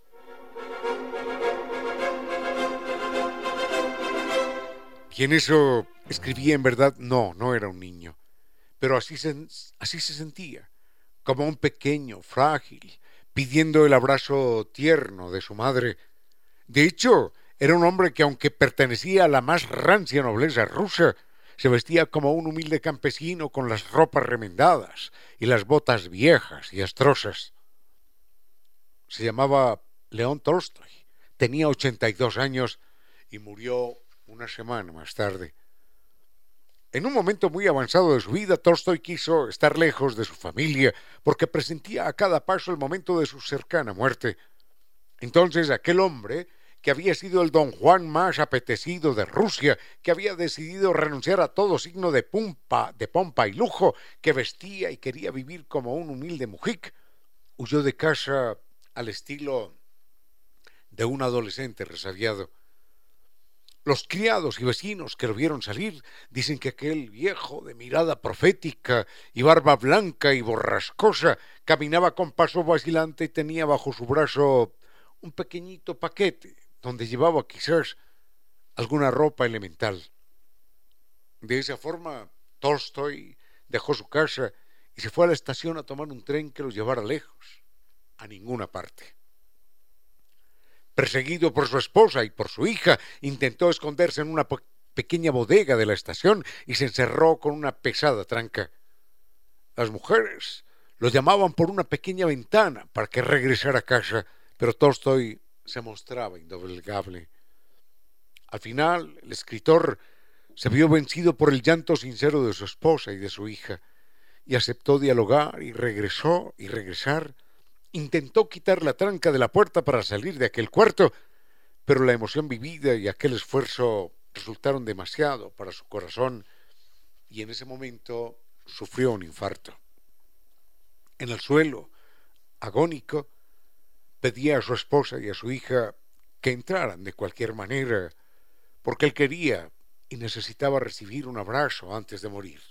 Y en eso escribía en verdad, no, no era un niño, pero así se, así se sentía, como un pequeño, frágil, pidiendo el abrazo tierno de su madre. De hecho, era un hombre que, aunque pertenecía a la más rancia nobleza rusa, se vestía como un humilde campesino con las ropas remendadas y las botas viejas y astrosas. Se llamaba León Tolstói, tenía ochenta y dos años y murió una semana más tarde. En un momento muy avanzado de su vida, Tolstói quiso estar lejos de su familia porque presentía a cada paso el momento de su cercana muerte. Entonces aquel hombre, que había sido el don Juan más apetecido de Rusia, que había decidido renunciar a todo signo de pompa, de pompa y lujo, que vestía y quería vivir como un humilde mujic, huyó de casa al estilo de un adolescente resabiado. Los criados y vecinos que lo vieron salir dicen que aquel viejo de mirada profética y barba blanca y borrascosa caminaba con paso vacilante y tenía bajo su brazo un pequeñito paquete donde llevaba quizás alguna ropa elemental. De esa forma, Tolstoy dejó su casa y se fue a la estación a tomar un tren que lo llevara lejos, a ninguna parte. Perseguido por su esposa y por su hija, intentó esconderse en una pe- pequeña bodega de la estación y se encerró con una pesada tranca. Las mujeres lo llamaban por una pequeña ventana para que regresara a casa, pero Tolstoy se mostraba indoblegable. Al final, el escritor se vio vencido por el llanto sincero de su esposa y de su hija, y aceptó dialogar y regresó y regresar. Intentó quitar la tranca de la puerta para salir de aquel cuarto, pero la emoción vivida y aquel esfuerzo resultaron demasiado para su corazón, y en ese momento sufrió un infarto. En el suelo, agónico, pedía a su esposa y a su hija que entraran de cualquier manera, porque él quería y necesitaba recibir un abrazo antes de morir.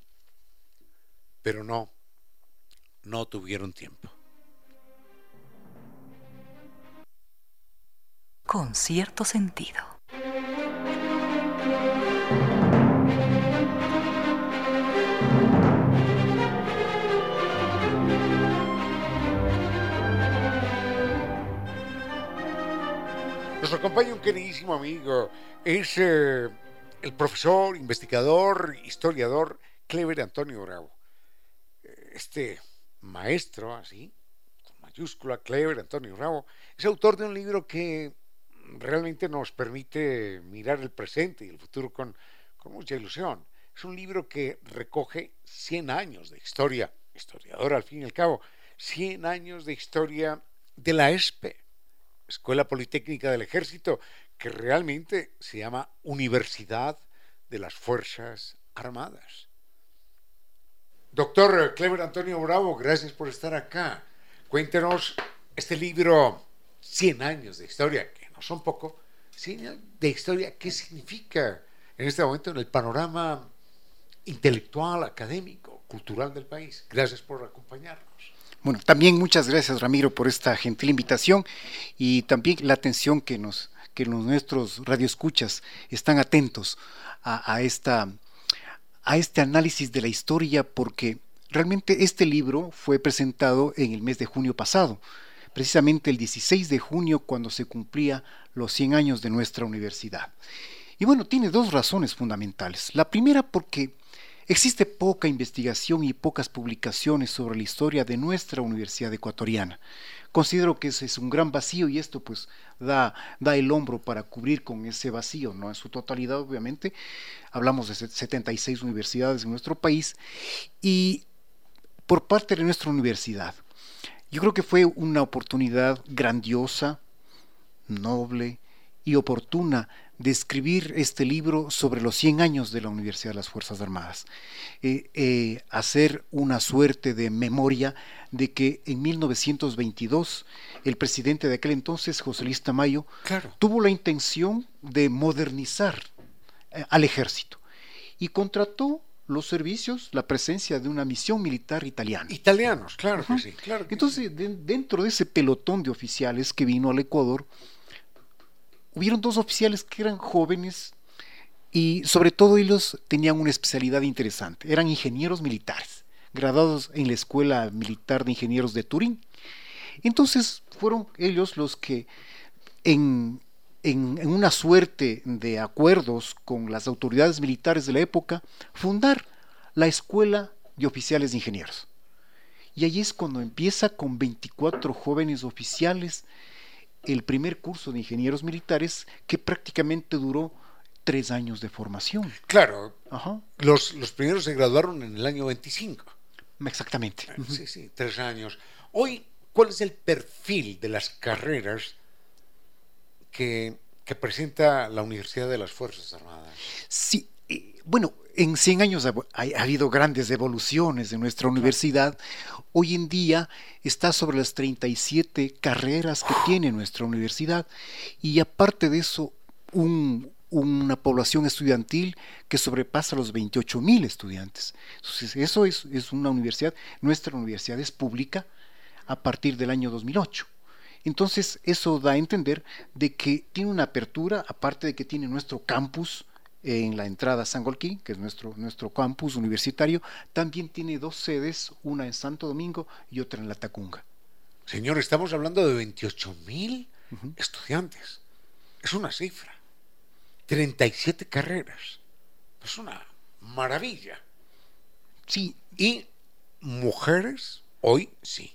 Pero no, no tuvieron tiempo. Con cierto sentido. Nos acompaña un queridísimo amigo, es eh, el profesor, investigador, historiador Clever Antonio Bravo. Este maestro, así, con mayúscula, Clever Antonio Bravo, es autor de un libro que realmente nos permite mirar el presente y el futuro con, con mucha ilusión. Es un libro que recoge cien años de historia, historiador al fin y al cabo, cien años de historia de la E S P E, Escuela Politécnica del Ejército, que realmente se llama Universidad de las Fuerzas Armadas. Doctor Clever Antonio Bravo, gracias por estar acá. Cuéntenos este libro, cien años de historia, que no son poco, cien años de historia, ¿qué significa en este momento en el panorama intelectual, académico, cultural del país? Gracias por acompañarnos. Bueno, también muchas gracias, Ramiro, por esta gentil invitación y también la atención que nos que los nuestros radioescuchas están atentos a, a esta a este análisis de la historia, porque realmente este libro fue presentado en el mes de junio pasado, precisamente el dieciséis de junio, cuando se cumplía los cien años de nuestra universidad. Y bueno, tiene dos razones fundamentales. La primera, porque existe poca investigación y pocas publicaciones sobre la historia de nuestra universidad ecuatoriana. Considero que ese es un gran vacío y esto pues da, da el hombro para cubrir con ese vacío, no en su totalidad obviamente. Hablamos de setenta y seis universidades en nuestro país y por parte de nuestra universidad, yo creo que fue una oportunidad grandiosa, noble y oportuna de escribir este libro sobre los cien años de la Universidad de las Fuerzas Armadas. Eh, eh, hacer una suerte de memoria de que en mil novecientos veintidós el presidente de aquel entonces, José Luis Tamayo, claro, tuvo la intención de modernizar eh, al ejército y contrató los servicios, la presencia de una misión militar italiana. Italianos, claro Ajá. que sí. Claro que Entonces, sí. de, dentro de ese pelotón de oficiales que vino al Ecuador, hubieron dos oficiales que eran jóvenes y sobre todo ellos tenían una especialidad interesante. Eran ingenieros militares, graduados en la Escuela Militar de Ingenieros de Turín. Entonces fueron ellos los que en, en, en una suerte de acuerdos con las autoridades militares de la época, fundar la Escuela de Oficiales de Ingenieros. Y allí es cuando empieza con veinticuatro jóvenes oficiales el primer curso de ingenieros militares, que prácticamente duró tres años de formación. Claro, Ajá. Los, los primeros se graduaron en el año veinticinco. Exactamente. Sí, sí, tres años. Hoy, ¿cuál es el perfil de las carreras que, que presenta la Universidad de las Fuerzas Armadas? Sí, eh, bueno, en cien años ha, ha, ha habido grandes evoluciones en nuestra universidad. Hoy en día está sobre las treinta y siete carreras que tiene nuestra universidad y aparte de eso, un, una población estudiantil que sobrepasa los veintiocho mil estudiantes. Entonces, eso es, es una universidad, nuestra universidad es pública a partir del año dos mil ocho. Entonces, eso da a entender de que tiene una apertura, aparte de que tiene nuestro campus en la entrada a Sangolquí, que es nuestro, nuestro campus universitario, también tiene dos sedes, una en Santo Domingo y otra en La Tacunga. Señor, estamos hablando de veintiocho mil uh-huh. estudiantes. Es una cifra. treinta y siete carreras. Es una maravilla. Sí. Y mujeres, hoy sí.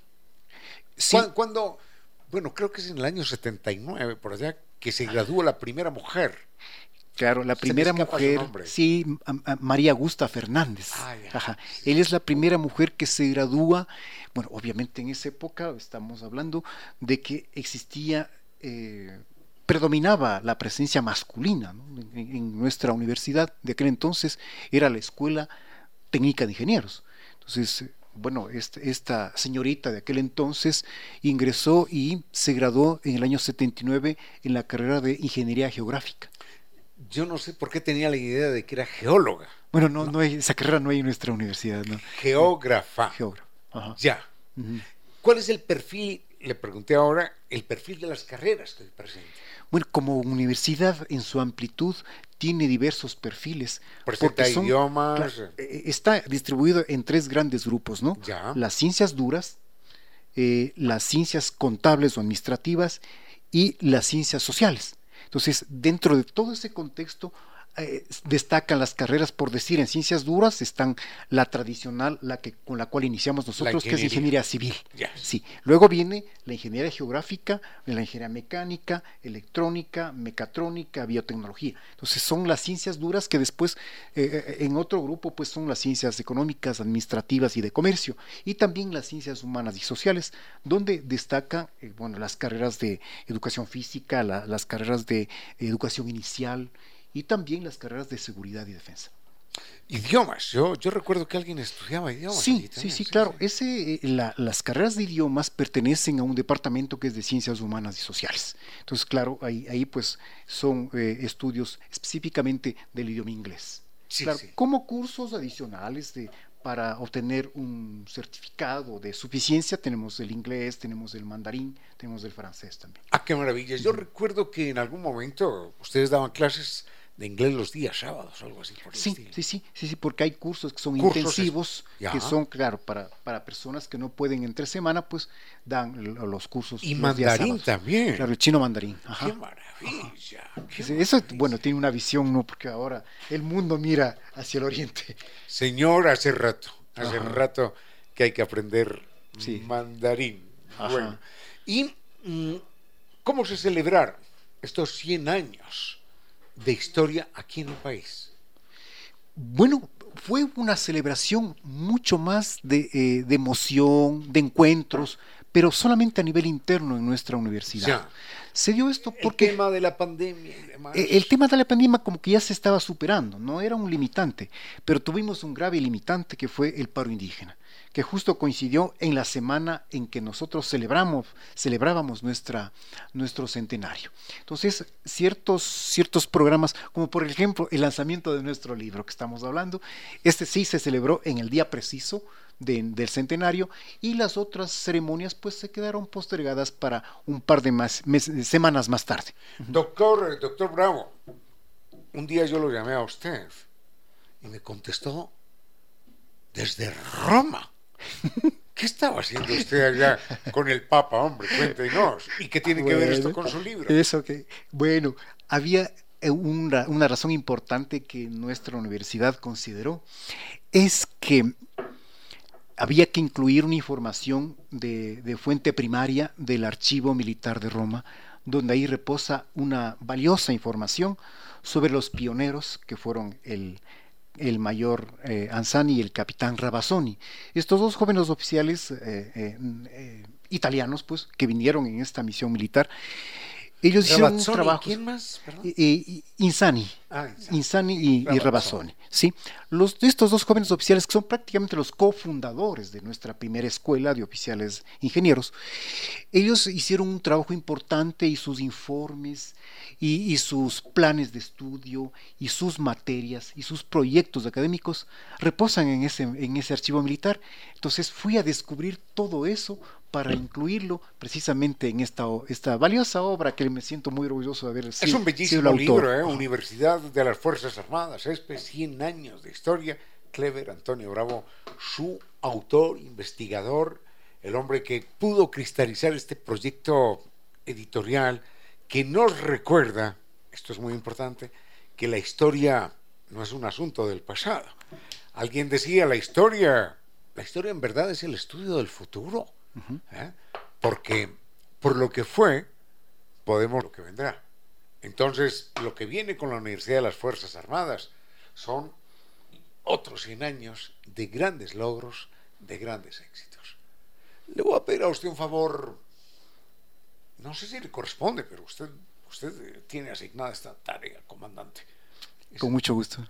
sí. Cuando, cuando, bueno, creo que es en el año setenta y nueve, por allá, que se gradúa la primera mujer. Claro, la primera mujer, sí, a, a María Augusta Fernández. Ah, ya, Ajá. Sí. Ella es la primera mujer que se gradúa. Bueno, obviamente en esa época estamos hablando de que existía, eh, predominaba la presencia masculina, ¿no? en, en nuestra universidad de aquel entonces era la Escuela Técnica de Ingenieros. Entonces, bueno, este, esta señorita de aquel entonces ingresó y se graduó en el año setenta y nueve en la carrera de Ingeniería Geográfica. Yo no sé por qué tenía la idea de que era geóloga. Bueno, no, no, no hay, esa carrera no hay en nuestra universidad, ¿no? Geógrafa. Geógrafa. Ajá. Ya. Uh-huh. ¿Cuál es el perfil, le pregunté ahora, el perfil de las carreras que presenta? Bueno, como universidad en su amplitud tiene diversos perfiles. Presenta son, idiomas. Claro, está distribuido en tres grandes grupos, ¿no? Ya. Las ciencias duras, eh, las ciencias contables o administrativas y las ciencias sociales. Entonces, dentro de todo ese contexto, eh, destacan las carreras, por decir, en ciencias duras están la tradicional, la que con la cual iniciamos nosotros, que es ingeniería civil. Yes. Sí. Luego viene la ingeniería geográfica, la ingeniería mecánica, electrónica, mecatrónica, biotecnología. Entonces, son las ciencias duras que después, eh, en otro grupo, pues son las ciencias económicas, administrativas y de comercio. Y también las ciencias humanas y sociales, donde destacan, eh, bueno, las carreras de educación física, la, las carreras de educación inicial, y también las carreras de seguridad y defensa. Idiomas, yo, yo recuerdo que alguien estudiaba idiomas. Sí, sí, sí, claro. Sí. Ese, la, las carreras de idiomas pertenecen a un departamento que es de ciencias humanas y sociales. Entonces, claro, ahí, ahí pues son eh, estudios específicamente del idioma inglés. Sí, claro, sí. Como cursos adicionales de, para obtener un certificado de suficiencia tenemos el inglés, tenemos el mandarín, tenemos el francés también. Ah, qué maravilla. Yo uh-huh. recuerdo que en algún momento ustedes daban clases de inglés los días sábados, algo así por el sí, estilo. Sí, sí, sí, sí, porque hay cursos que son cursos intensivos, es... que son, claro, para, para personas que no pueden entre semana, pues dan los cursos. Y los mandarín días también. Claro, el chino mandarín. Ajá. Qué maravilla. Qué Eso, maravilla. bueno, tiene una visión, ¿no? Porque ahora el mundo mira hacia el oriente. Señor, hace rato, hace Ajá. rato que hay que aprender sí. mandarín. Ajá. Bueno, ¿y cómo se celebraron estos cien años de historia aquí en el país? Bueno, fue una celebración mucho más de, eh, de emoción, de encuentros, pero solamente a nivel interno en nuestra universidad. Ya. Se dio esto porque... El tema de la pandemia y demás. Eh, el tema de la pandemia como que ya se estaba superando, no era un limitante, pero tuvimos un grave limitante que fue el paro indígena, que justo coincidió en la semana en que nosotros celebramos, celebrábamos nuestra, nuestro centenario. Entonces, ciertos, ciertos programas, como por ejemplo el lanzamiento de nuestro libro que estamos hablando, este sí se celebró en el día preciso de, del centenario, y las otras ceremonias pues se quedaron postergadas para un par de más, mes, semanas más tarde. Doctor, doctor Bravo, un día yo lo llamé a usted y me contestó desde Roma. ¿Qué estaba haciendo usted allá con el Papa, hombre? Cuéntenos. ¿Y qué tiene bueno, que ver esto con su libro? Eso que, bueno, había una, una razón importante que nuestra universidad consideró, es que había que incluir una información de, de fuente primaria del Archivo Militar de Roma, donde ahí reposa una valiosa información sobre los pioneros que fueron el el mayor eh, Anzani y el capitán Rabazzoni. Estos dos jóvenes oficiales eh, eh, eh, italianos, pues, que vinieron en esta misión militar, Ellos hicieron un Rabazzoni, trabajo. ¿quién más? Perdón. Eh, eh, Insani. Ah, Insani. Insani y, y Rabazzoni. Rabazzoni, ¿sí? Los, estos dos jóvenes oficiales que son prácticamente los cofundadores de nuestra primera escuela de oficiales ingenieros, ellos hicieron un trabajo importante y sus informes y, y sus planes de estudio y sus materias y sus proyectos académicos reposan en ese, en ese archivo militar. Entonces fui a descubrir todo eso para incluirlo precisamente en esta, esta valiosa obra que me siento muy orgulloso de haber sido. Es un bellísimo libro, ¿eh? Universidad de las Fuerzas Armadas, ESPE, cien años de historia. Clever Antonio Bravo, su autor, investigador, el hombre que pudo cristalizar este proyecto editorial que nos recuerda, esto es muy importante, que la historia no es un asunto del pasado. Alguien decía, la historia, la historia en verdad es el estudio del futuro. ¿Eh? Porque por lo que fue podemos lo que vendrá. Entonces lo que viene con la Universidad de las Fuerzas Armadas son otros cien años de grandes logros, de grandes éxitos. Le voy a pedir a usted un favor, no sé si le corresponde, pero usted, usted tiene asignada esta tarea, comandante. Con mucho gusto.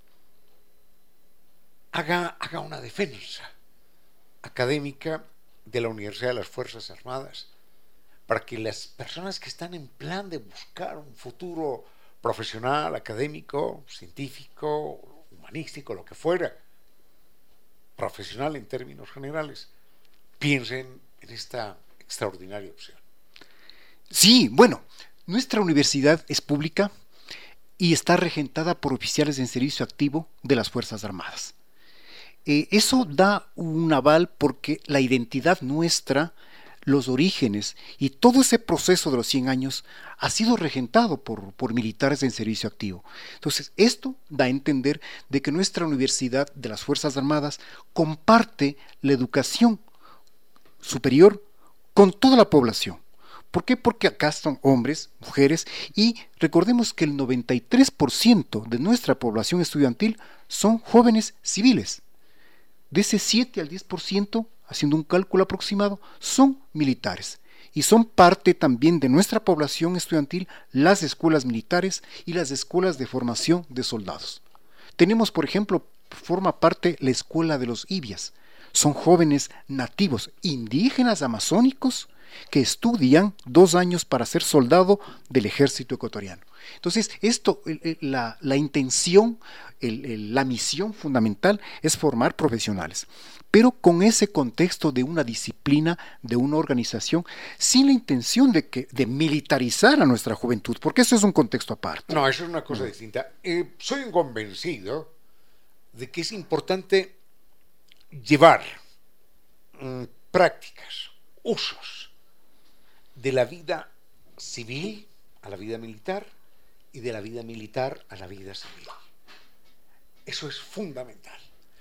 Haga, haga una defensa académica de la Universidad de las Fuerzas Armadas, para que las personas que están en plan de buscar un futuro profesional, académico, científico, humanístico, lo que fuera, profesional en términos generales, piensen en esta extraordinaria opción. Sí, bueno, nuestra universidad es pública y está regentada por oficiales en servicio activo de las Fuerzas Armadas. Eh, eso da un aval porque la identidad nuestra, los orígenes y todo ese proceso de los cien años ha sido regentado por, por militares en servicio activo. Entonces, esto da a entender de que nuestra Universidad de las Fuerzas Armadas comparte la educación superior con toda la población. ¿Por qué? Porque acá son hombres, mujeres, y recordemos que el noventa y tres por ciento de nuestra población estudiantil son jóvenes civiles. De ese siete al diez por ciento, haciendo un cálculo aproximado, son militares. Y son parte también de nuestra población estudiantil las escuelas militares y las escuelas de formación de soldados. Tenemos, por ejemplo, forma parte la escuela de los Ibias. Son jóvenes nativos indígenas amazónicos que estudian dos años para ser soldado del ejército ecuatoriano. Entonces, esto, la, la intención, el, el, la misión fundamental es formar profesionales, pero con ese contexto de una disciplina, de una organización, sin la intención de, que, de militarizar a nuestra juventud, porque eso es un contexto aparte. No, eso es una cosa mm. distinta. Eh, soy un convencido de que es importante llevar mm, prácticas, usos de la vida civil a la vida militar y de la vida militar a la vida civil. Eso es fundamental.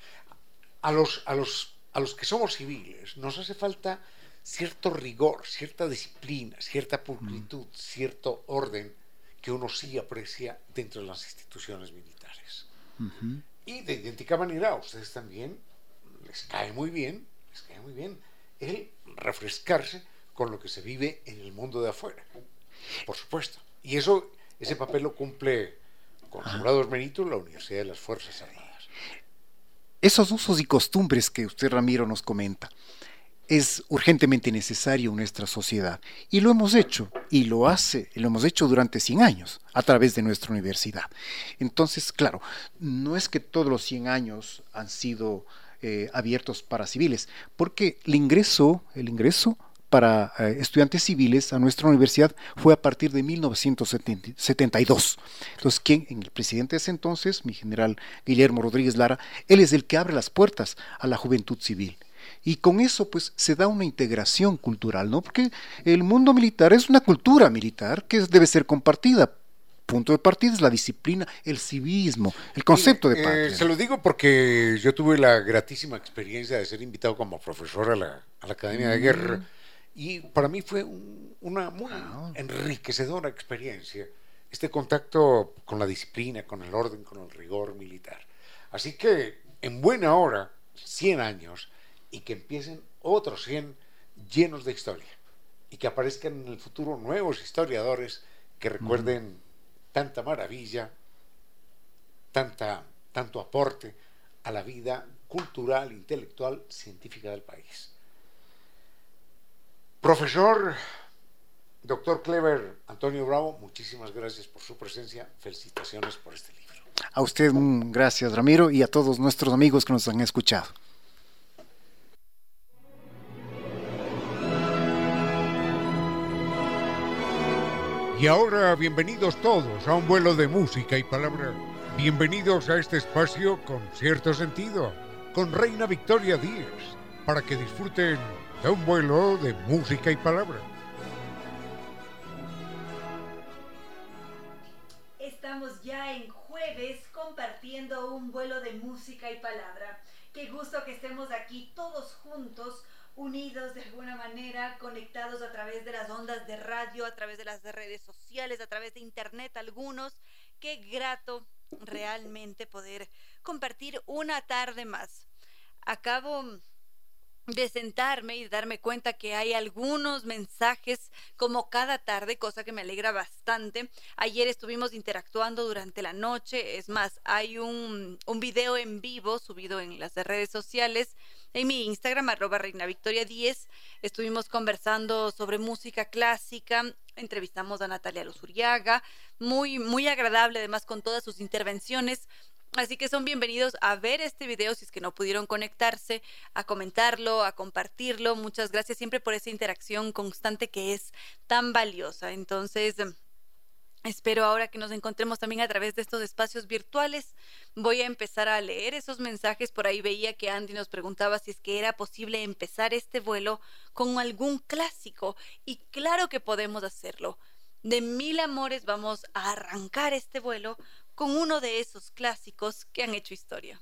A los, a los, a los que somos civiles nos hace falta cierto rigor, cierta disciplina, cierta pulcritud, mm. cierto orden que uno sí aprecia dentro de las instituciones militares. Uh-huh. Y de idéntica manera a ustedes también les cae muy bien, les cae muy bien el refrescarse con lo que se vive en el mundo de afuera, por supuesto. Y eso, ese papel lo cumple con sobrados méritos la Universidad de las Fuerzas Armadas. Esos usos y costumbres que usted, Ramiro, nos comenta, es urgentemente necesario en nuestra sociedad. Y lo hemos hecho, y lo hace, y lo hemos hecho durante cien años, a través de nuestra universidad. Entonces, claro, no es que todos los cien años han sido eh, abiertos para civiles, porque el ingreso, el ingreso para eh, estudiantes civiles a nuestra universidad fue a partir de mil novecientos setenta y dos. Entonces, ¿quién? El presidente de ese entonces, mi general Guillermo Rodríguez Lara, él es el que abre las puertas a la juventud civil. Y con eso, pues, se da una integración cultural, ¿no? Porque el mundo militar es una cultura militar que debe ser compartida. Punto de partida es la disciplina, el civismo, el concepto de patria. Eh, se lo digo porque yo tuve la gratísima experiencia de ser invitado como profesor a la, a la Academia mm. de Guerra. Y para mí fue un, una muy ah. enriquecedora experiencia este contacto con la disciplina, con el orden, con el rigor militar. Así que en buena hora, cien años, y que empiecen otros cien llenos de historia, y que aparezcan en el futuro nuevos historiadores que recuerden mm. tanta maravilla, tanta, tanto aporte a la vida cultural, intelectual, científica del país. Profesor, doctor Clever Antonio Bravo, muchísimas gracias por su presencia, felicitaciones por este libro. A usted gracias, Ramiro, y a todos nuestros amigos que nos han escuchado. Y ahora, bienvenidos todos a un vuelo de música y palabra. Bienvenidos a este espacio con cierto sentido, con Reina Victoria Díez, para que disfruten de un vuelo de música y palabra. Estamos ya en jueves compartiendo un vuelo de música y palabra. Qué gusto que estemos aquí todos juntos, unidos de alguna manera, conectados a través de las ondas de radio, a través de las redes sociales, a través de internet algunos. Qué grato realmente poder compartir una tarde más. Acabo de sentarme y darme cuenta que hay algunos mensajes como cada tarde, cosa que me alegra bastante. Ayer estuvimos interactuando durante la noche, es más, hay un, un video en vivo subido en las redes sociales, en mi Instagram, arroba Reina Victoria diez. Estuvimos conversando sobre música clásica, entrevistamos a Natalia Luzuriaga, muy, muy agradable además con todas sus intervenciones. Así que son bienvenidos a ver este video si es que no pudieron conectarse, a comentarlo, a compartirlo. Muchas gracias siempre por esa interacción constante que es tan valiosa. Entonces, espero ahora que nos encontremos también a través de estos espacios virtuales. Voy a empezar a leer esos mensajes. Por ahí veía que Andy nos preguntaba si es que era posible empezar este vuelo con algún clásico. Y claro que podemos hacerlo. De Mil Amores vamos a arrancar este vuelo con uno de esos clásicos que han hecho historia.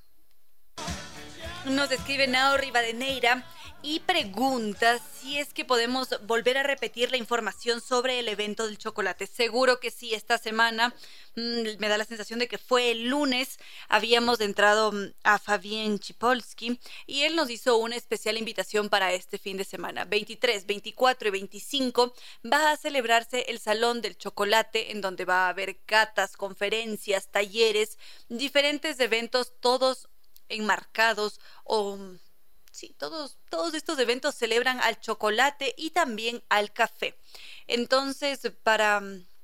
Nos escribe Nao Rivadeneira y pregunta si es que podemos volver a repetir la información sobre el evento del chocolate. Seguro que sí, esta semana mmm, me da la sensación de que fue el lunes, habíamos entrado a Fabien Chipolsky y él nos hizo una especial invitación para este fin de semana. veintitrés, veinticuatro y veinticinco va a celebrarse el Salón del Chocolate, en donde va a haber catas, conferencias, talleres, diferentes eventos, todos enmarcados o sí, todos, todos estos eventos celebran al chocolate y también al café. Entonces, para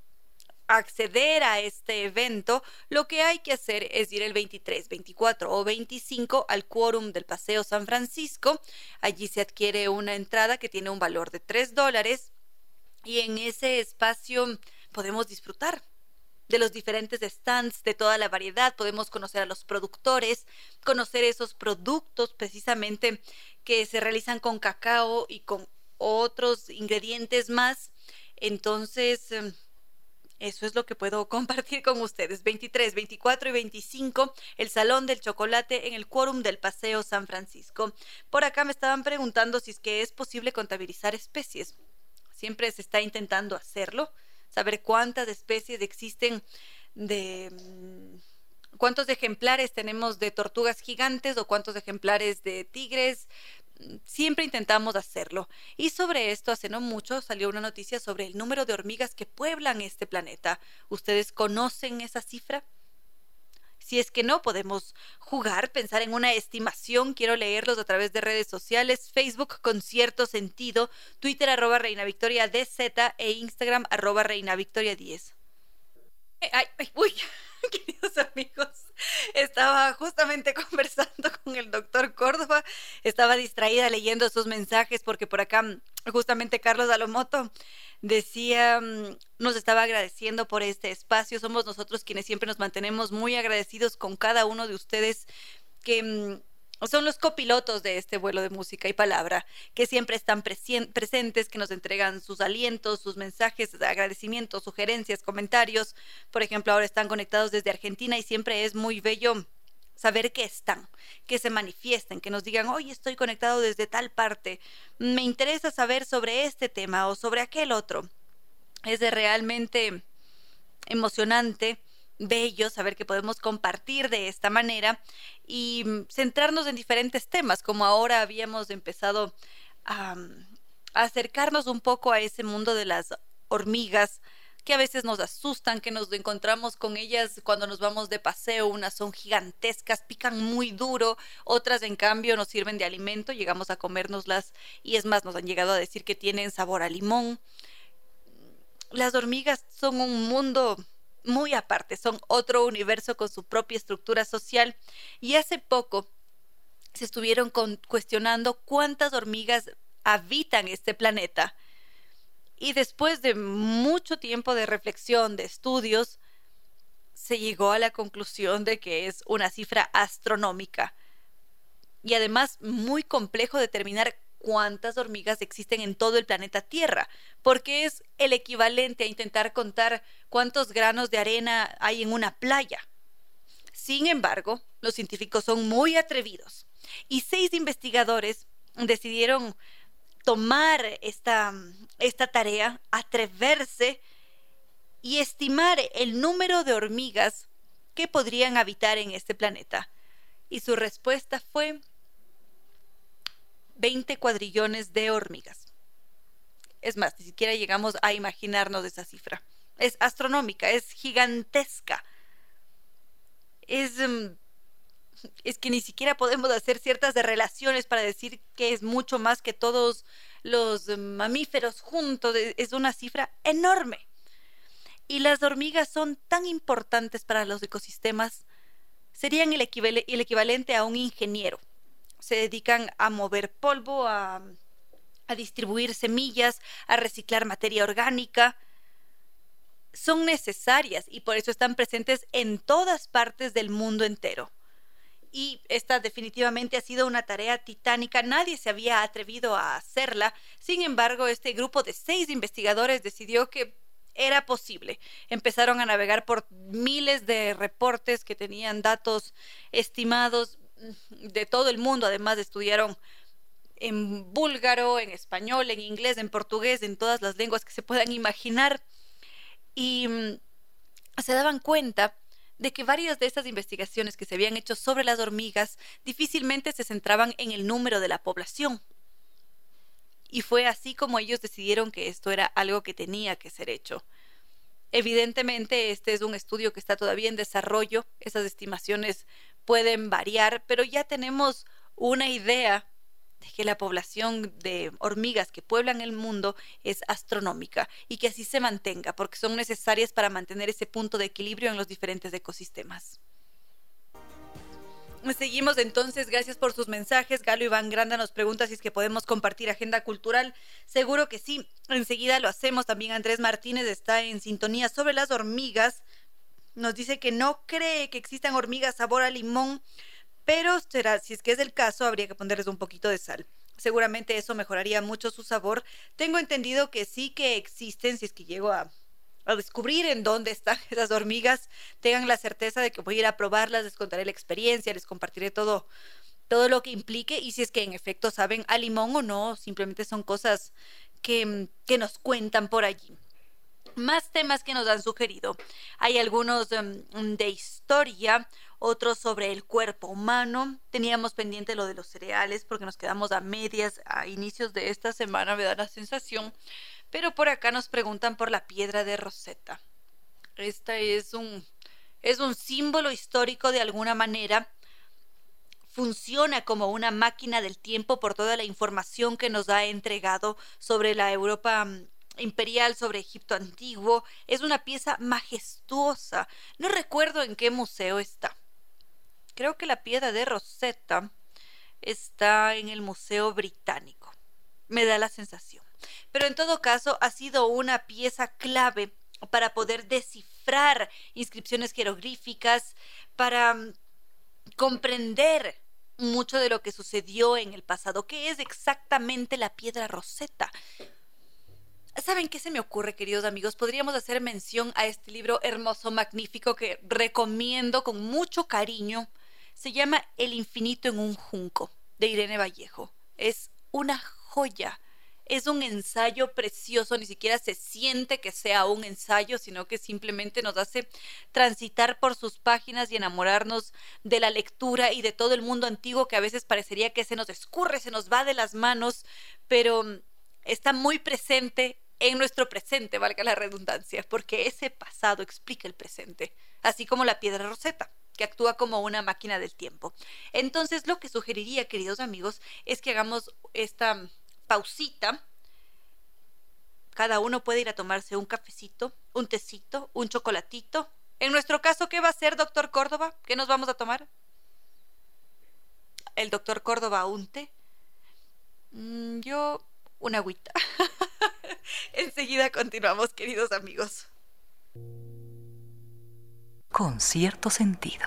acceder a este evento, lo que hay que hacer es ir el veintitrés, veinticuatro o veinticinco al Quórum del Paseo San Francisco. Allí se adquiere una entrada que tiene un valor de tres dólares y en ese espacio podemos disfrutar de los diferentes stands, de toda la variedad. Podemos conocer a los productores, conocer esos productos precisamente que se realizan con cacao y con otros ingredientes más. Entonces, eso es lo que puedo compartir con ustedes. veintitrés, veinticuatro y veinticinco, el Salón del Chocolate en el Quórum del Paseo San Francisco. Por acá me estaban preguntando si es que es posible contabilizar especies. Siempre se está intentando hacerlo, saber cuántas especies existen de... cuántos ejemplares tenemos de tortugas gigantes o cuántos ejemplares de tigres. Siempre intentamos hacerlo. Y sobre esto, hace no mucho, salió una noticia sobre el número de hormigas que pueblan este planeta. ¿Ustedes conocen esa cifra? Si es que no, podemos jugar, pensar en una estimación. Quiero leerlos a través de redes sociales, Facebook con cierto sentido, Twitter arroba Reina Victoria DZ e Instagram arroba Reina Victoria diez. Ay, ay, uy, queridos amigos, estaba justamente conversando con el doctor Córdoba, estaba distraída leyendo sus mensajes porque por acá justamente Carlos Alomoto decía, nos estaba agradeciendo por este espacio. Somos nosotros quienes siempre nos mantenemos muy agradecidos con cada uno de ustedes que son los copilotos de este vuelo de música y palabra, que siempre están presen- presentes, que nos entregan sus alientos, sus mensajes de agradecimiento, sugerencias, comentarios. Por ejemplo, ahora están conectados desde Argentina y siempre es muy bello saber que están, que se manifiesten, que nos digan, hoy estoy conectado desde tal parte, me interesa saber sobre este tema o sobre aquel otro. Es de realmente emocionante, bello saber que podemos compartir de esta manera y centrarnos en diferentes temas, como ahora habíamos empezado a, acercarnos un poco a ese mundo de las hormigas, que a veces nos asustan, que nos encontramos con ellas cuando nos vamos de paseo. Unas son gigantescas, pican muy duro, otras en cambio nos sirven de alimento, llegamos a comérnoslas y es más, nos han llegado a decir que tienen sabor a limón. Las hormigas son un mundo muy aparte, son otro universo con su propia estructura social, y hace poco se estuvieron con, cuestionando cuántas hormigas habitan este planeta. Y después de mucho tiempo de reflexión, de estudios, se llegó a la conclusión de que es una cifra astronómica. Y además muy complejo determinar cuántas hormigas existen en todo el planeta Tierra, porque es el equivalente a intentar contar cuántos granos de arena hay en una playa. Sin embargo, los científicos son muy atrevidos y seis investigadores decidieron tomar esta, esta tarea, atreverse y estimar el número de hormigas que podrían habitar en este planeta. Y su respuesta fue veinte cuadrillones de hormigas. Es más, ni siquiera llegamos a imaginarnos esa cifra. Es astronómica, es gigantesca. Es... Um, es que ni siquiera podemos hacer ciertas relaciones para decir que es mucho más que todos los mamíferos juntos. Es una cifra enorme. Y las hormigas son tan importantes para los ecosistemas, serían el, equival- el equivalente a un ingeniero. Se dedican a mover polvo, a, a distribuir semillas, a reciclar materia orgánica. Son necesarias y por eso están presentes en todas partes del mundo entero. Y esta definitivamente ha sido una tarea titánica, nadie se había atrevido a hacerla. Sin embargo, este grupo de seis investigadores decidió que era posible. Empezaron a navegar por miles de reportes que tenían datos estimados de todo el mundo. Además, estudiaron en búlgaro, en español, en inglés, en portugués, en todas las lenguas que se puedan imaginar. Y um, se daban cuenta de que varias de estas investigaciones que se habían hecho sobre las hormigas difícilmente se centraban en el número de la población. Y fue así como ellos decidieron que esto era algo que tenía que ser hecho. Evidentemente, este es un estudio que está todavía en desarrollo, esas estimaciones pueden variar, pero ya tenemos una idea de que la población de hormigas que pueblan el mundo es astronómica y que así se mantenga, porque son necesarias para mantener ese punto de equilibrio en los diferentes ecosistemas. Seguimos entonces, gracias por sus mensajes. Galo Iván Granda nos pregunta si es que podemos compartir agenda cultural. Seguro que sí, enseguida lo hacemos. También Andrés Martínez está en sintonía sobre las hormigas. Nos dice que no cree que existan hormigas sabor a limón, pero será, si es que es el caso, habría que ponerles un poquito de sal. Seguramente eso mejoraría mucho su sabor. Tengo entendido que sí que existen, si es que llego a, a descubrir en dónde están esas hormigas, tengan la certeza de que voy a ir a probarlas, les contaré la experiencia, les compartiré todo, todo lo que implique, y si es que en efecto saben a limón o no, simplemente son cosas que, que nos cuentan por allí. Más temas que nos han sugerido. Hay algunos um, de historia, otros sobre el cuerpo humano. Teníamos pendiente lo de los cereales porque nos quedamos a medias a inicios de esta semana, me da la sensación. Pero por acá nos preguntan por la piedra de Rosetta. Esta es un, es un símbolo histórico de alguna manera. Funciona como una máquina del tiempo por toda la información que nos ha entregado sobre la Europa imperial, sobre Egipto antiguo. Es una pieza majestuosa. No recuerdo en qué museo está. Creo que la piedra de Rosetta está en el Museo Británico. Me da la sensación. Pero en todo caso ha sido una pieza clave para poder descifrar inscripciones jeroglíficas, para comprender mucho de lo que sucedió en el pasado. ¿Qué es exactamente la piedra Rosetta? ¿Saben qué se me ocurre, queridos amigos? Podríamos hacer mención a este libro hermoso, magnífico, que recomiendo con mucho cariño. Se llama El infinito en un junco, de Irene Vallejo. Es una joya. Es un ensayo precioso, ni siquiera se siente que sea un ensayo, sino que simplemente nos hace transitar por sus páginas y enamorarnos de la lectura y de todo el mundo antiguo que a veces parecería que se nos escurre, se nos va de las manos, pero está muy presente en nuestro presente, valga la redundancia, porque ese pasado explica el presente, así como la piedra Rosetta, que actúa como una máquina del tiempo. Entonces, lo que sugeriría, queridos amigos, es que hagamos esta pausita. Cada uno puede ir a tomarse un cafecito, un tecito, un chocolatito. En nuestro caso, ¿qué va a hacer, doctor Córdoba? ¿Qué nos vamos a tomar? El doctor Córdoba, un té. Mm, yo, una agüita. Enseguida continuamos, queridos amigos. Con cierto sentido.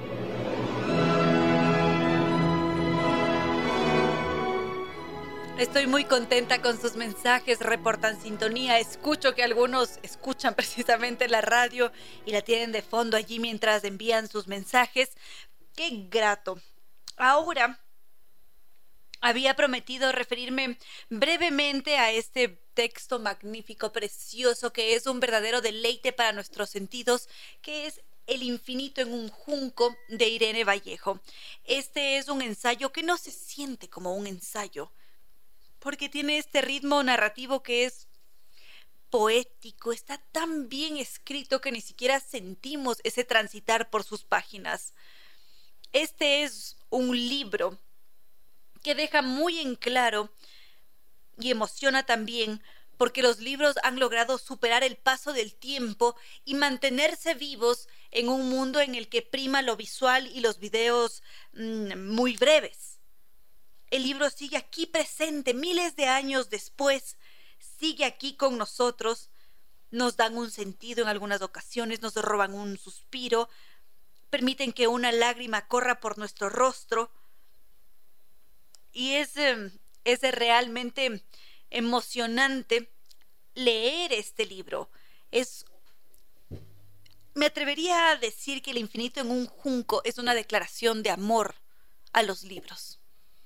Estoy muy contenta con sus mensajes, reportan sintonía, escucho que algunos escuchan precisamente la radio y la tienen de fondo allí mientras envían sus mensajes. ¡Qué grato! Ahora, había prometido referirme brevemente a este texto magnífico, precioso, que es un verdadero deleite para nuestros sentidos, que es El infinito en un junco, de Irene Vallejo. Este es un ensayo que no se siente como un ensayo, porque tiene este ritmo narrativo que es poético, está tan bien escrito que ni siquiera sentimos ese transitar por sus páginas. Este es un libro que deja muy en claro y emociona también, porque los libros han logrado superar el paso del tiempo y mantenerse vivos en un mundo en el que prima lo visual y los videos mmm, muy breves. El libro sigue aquí presente miles de años después, sigue aquí con nosotros, nos dan un sentido en algunas ocasiones, nos roban un suspiro, permiten que una lágrima corra por nuestro rostro, y es, eh, es realmente emocionante leer este libro. Es, me atrevería a decir que El infinito en un junco es una declaración de amor a los libros.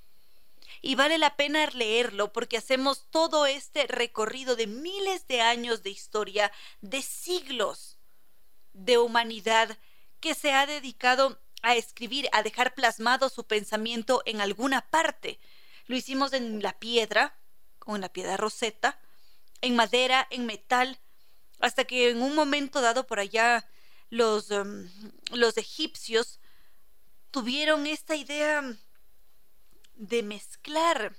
Y vale la pena leerlo porque hacemos todo este recorrido de miles de años de historia, de siglos de humanidad que se ha dedicado a escribir, a dejar plasmado su pensamiento en alguna parte. Lo hicimos en la piedra, con la piedra Rosetta, en madera, en metal, hasta que en un momento dado por allá los, um, los egipcios tuvieron esta idea de mezclar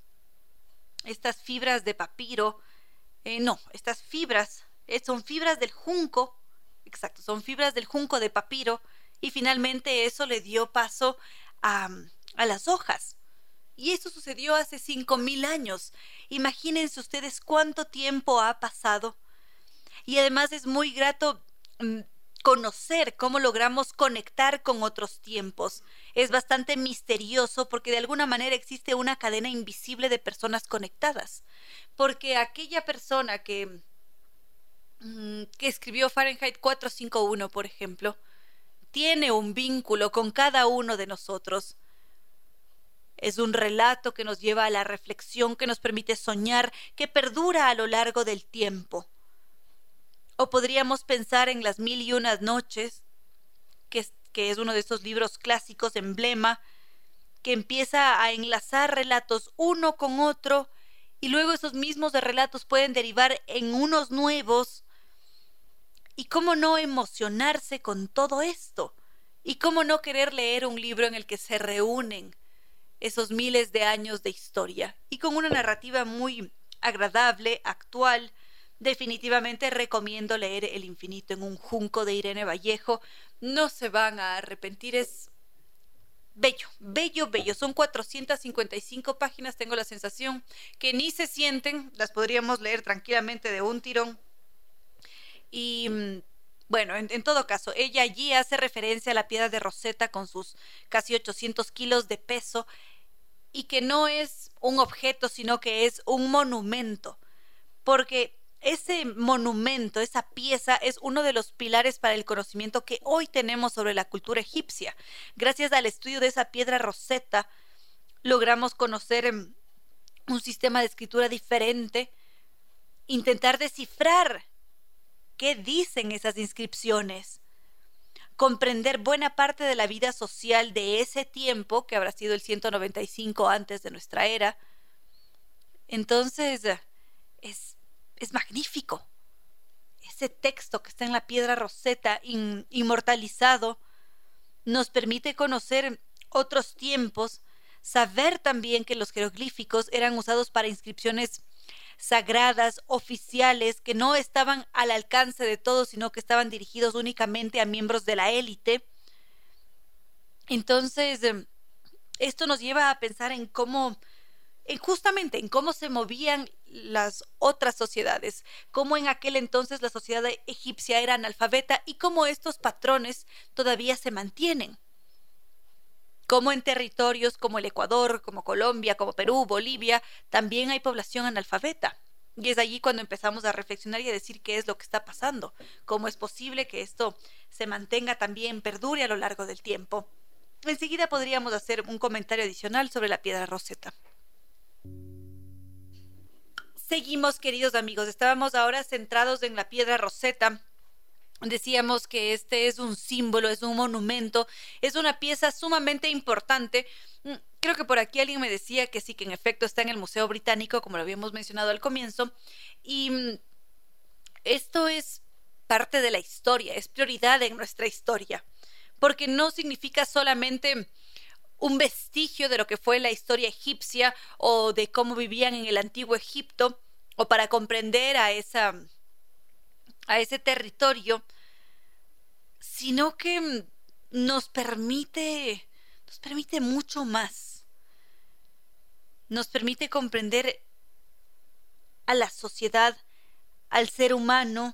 estas fibras de papiro, eh, no, estas fibras, eh, son fibras del junco, exacto, son fibras del junco de papiro, y finalmente eso le dio paso a, a las hojas. Y eso sucedió hace cinco mil años. Imagínense ustedes cuánto tiempo ha pasado. Y además es muy grato mmm, conocer cómo logramos conectar con otros tiempos. Es bastante misterioso porque de alguna manera existe una cadena invisible de personas conectadas. Porque aquella persona que, mmm, que escribió Fahrenheit cuatrocientos cincuenta y uno, por ejemplo, tiene un vínculo con cada uno de nosotros. Es un relato que nos lleva a la reflexión, que nos permite soñar, que perdura a lo largo del tiempo. O podríamos pensar en Las mil y unas noches, que es, que es uno de esos libros clásicos, emblema, que empieza a enlazar relatos uno con otro, y luego esos mismos relatos pueden derivar en unos nuevos. ¿Y cómo no emocionarse con todo esto? ¿Y cómo no querer leer un libro en el que se reúnen esos miles de años de historia? Y con una narrativa muy agradable, actual. Definitivamente recomiendo leer El infinito en un junco, de Irene Vallejo. No se van a arrepentir, es bello, bello, bello. Son cuatrocientas cincuenta y cinco páginas, tengo la sensación que ni se sienten, las podríamos leer tranquilamente de un tirón. Y bueno, en, en todo caso, ella allí hace referencia a la piedra de Rosetta con sus casi ochocientos kilos de peso, y que no es un objeto, sino que es un monumento, porque ese monumento, esa pieza, es uno de los pilares para el conocimiento que hoy tenemos sobre la cultura egipcia. Gracias al estudio de esa piedra Rosetta, logramos conocer un sistema de escritura diferente, intentar descifrar qué dicen esas inscripciones, comprender buena parte de la vida social de ese tiempo, que habrá sido el ciento noventa y cinco antes de nuestra era, Entonces, es, es magnífico. Ese texto que está en la piedra Rosetta, in, inmortalizado, nos permite conocer otros tiempos, saber también que los jeroglíficos eran usados para inscripciones sagradas, oficiales, que no estaban al alcance de todos, sino que estaban dirigidos únicamente a miembros de la élite. Entonces, esto nos lleva a pensar en cómo, en justamente en cómo se movían las otras sociedades, cómo en aquel entonces la sociedad egipcia era analfabeta y cómo estos patrones todavía se mantienen. Como en territorios como el Ecuador, como Colombia, como Perú, Bolivia, también hay población analfabeta. Y es allí cuando empezamos a reflexionar y a decir qué es lo que está pasando, cómo es posible que esto se mantenga también, perdure a lo largo del tiempo. Enseguida podríamos hacer un comentario adicional sobre la piedra Rosetta. Seguimos, queridos amigos, estábamos ahora centrados en la piedra Rosetta. Decíamos que este es un símbolo, es un monumento, es una pieza sumamente importante. Creo que por aquí alguien me decía que sí, que en efecto está en el Museo Británico, como lo habíamos mencionado al comienzo. Y esto es parte de la historia, es prioridad en nuestra historia, porque no significa solamente un vestigio de lo que fue la historia egipcia o de cómo vivían en el antiguo Egipto, o para comprender a esa... a ese territorio, sino que nos permite, nos permite mucho más. Nos permite comprender a la sociedad, al ser humano,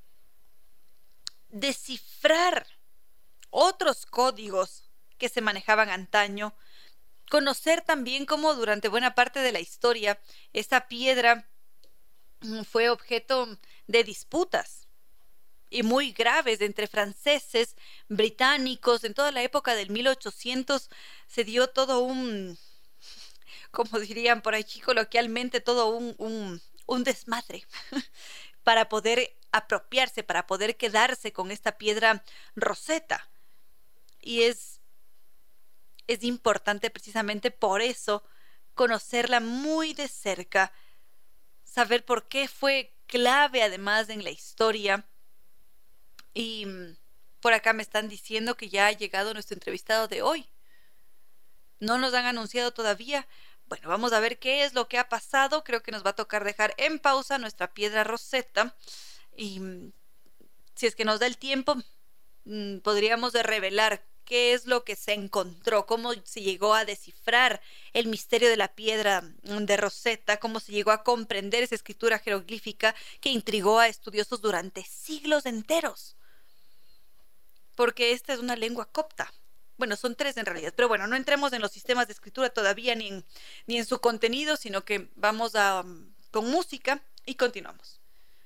descifrar otros códigos que se manejaban antaño, conocer también cómo durante buena parte de la historia esta piedra fue objeto de disputas y muy graves entre franceses, británicos. En toda la época del mil ochocientos se dio todo un, como dirían por aquí coloquialmente, todo un, un, un desmadre para poder apropiarse, para poder quedarse con esta piedra Rosetta. Y es, es importante precisamente por eso conocerla muy de cerca, saber por qué fue clave además en la historia. Y por acá me están diciendo que ya ha llegado nuestro entrevistado de hoy. No nos han anunciado todavía. Bueno, vamos a ver qué es lo que ha pasado. Creo que nos va a tocar dejar en pausa nuestra piedra Rosetta. Y si es que nos da el tiempo, podríamos revelar qué es lo que se encontró, cómo se llegó a descifrar el misterio de la piedra de Rosetta, cómo se llegó a comprender esa escritura jeroglífica que intrigó a estudiosos durante siglos enteros. Porque esta es una lengua copta. Bueno, son tres en realidad, pero bueno, no entremos en los sistemas de escritura todavía ni en, ni en su contenido, sino que vamos a, con música y continuamos.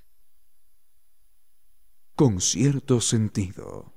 Con cierto sentido.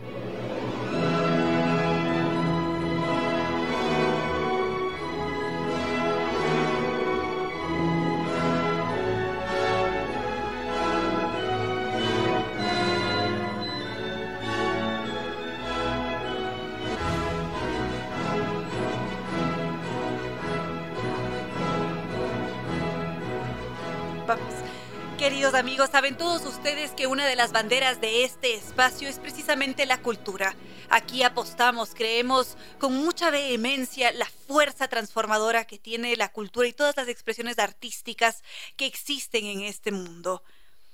Queridos amigos, saben todos ustedes que una de las banderas de este espacio es precisamente la cultura. Aquí apostamos, creemos con mucha vehemencia la fuerza transformadora que tiene la cultura y todas las expresiones artísticas que existen en este mundo.